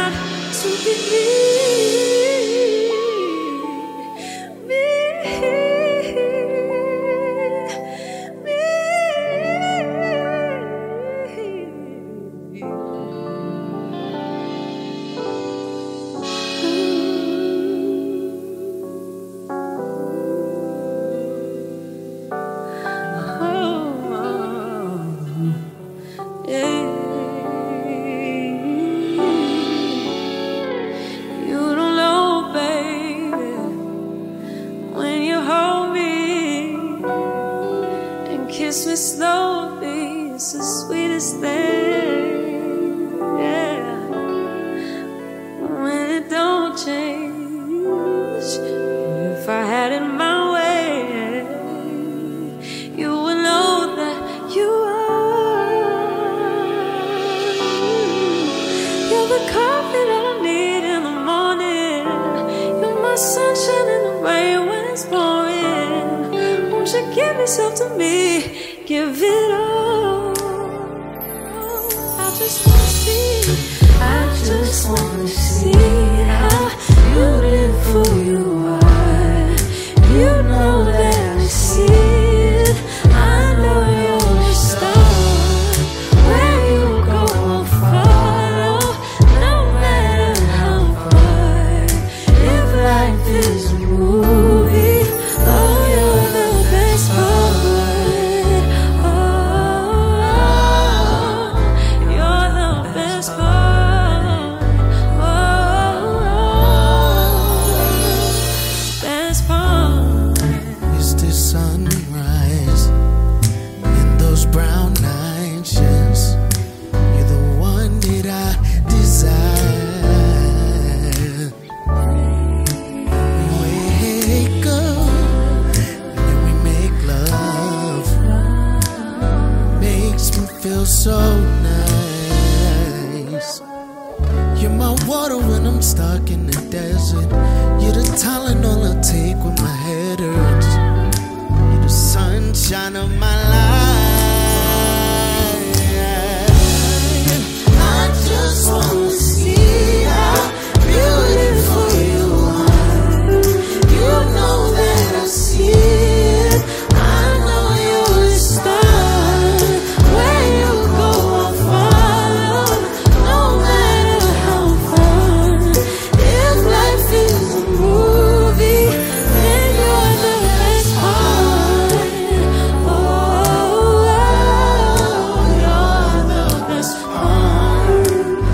S5: Be it slowly, it's the sweetest thing. Yeah, when it don't change. If I had it my way, you would know that you are. You're the coffee that I need in the morning. You're my sunshine in the rain when it's pouring. Won't you give yourself to me? Give it all. I just wanna see, I just wanna see how beautiful you are. You know that I see it. I know you're a star. Where you go, I'll follow, no matter how far. If life is a movie, oh, you're the best part. Oh, you're the best part. Oh, best part.
S6: Is the sunrise in those brown night shades? You're the one that I desire. We wake up and then we make love. Makes me feel so nice. You're my water when I'm stuck in the desert. You're the Tylenol I take when my head hurts. You're the sunshine of my life. I just wanna see how beautiful you are. You know that I see it. I know you're a star. Where you go, I'll follow, no matter how far. If life is a movie, then you're the best part. Oh, you're the best part.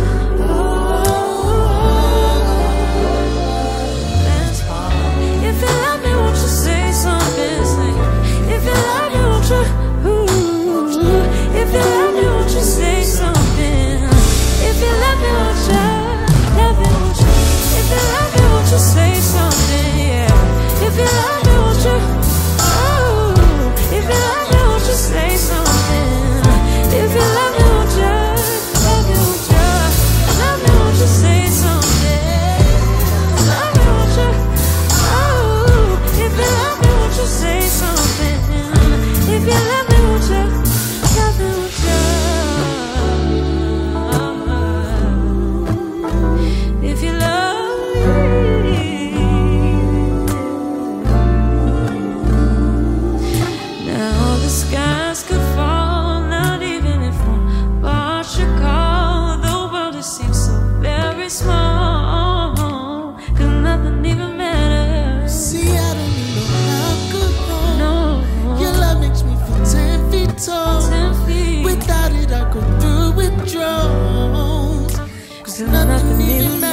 S6: Oh, best part. If you love me, won't you say something? Say, if you love me, won't you? Ooh. If you love me, won't you say something? If you love me, won't you? Love me, won't you? If you love me, won't you say something? Yeah. If you love me, won't you? Oh. If you love me, won't you say something? If you love me, won't you? Love me, won't you? Love me, won't you say something? Love me, won't you? Oh. If you love me, won't you say something? If you love me, won't you? Love me, won't you? If you love me. Now the skies could fall, not even if one bar should call. The world it seems so very small, 'cause nothing even matters. See, I don't need no alcohol.
S5: No.
S6: Your love makes me feel ten feet tall.
S5: Ten feet.
S6: Without it, I go through withdrawals. 'Cause nothing even matters.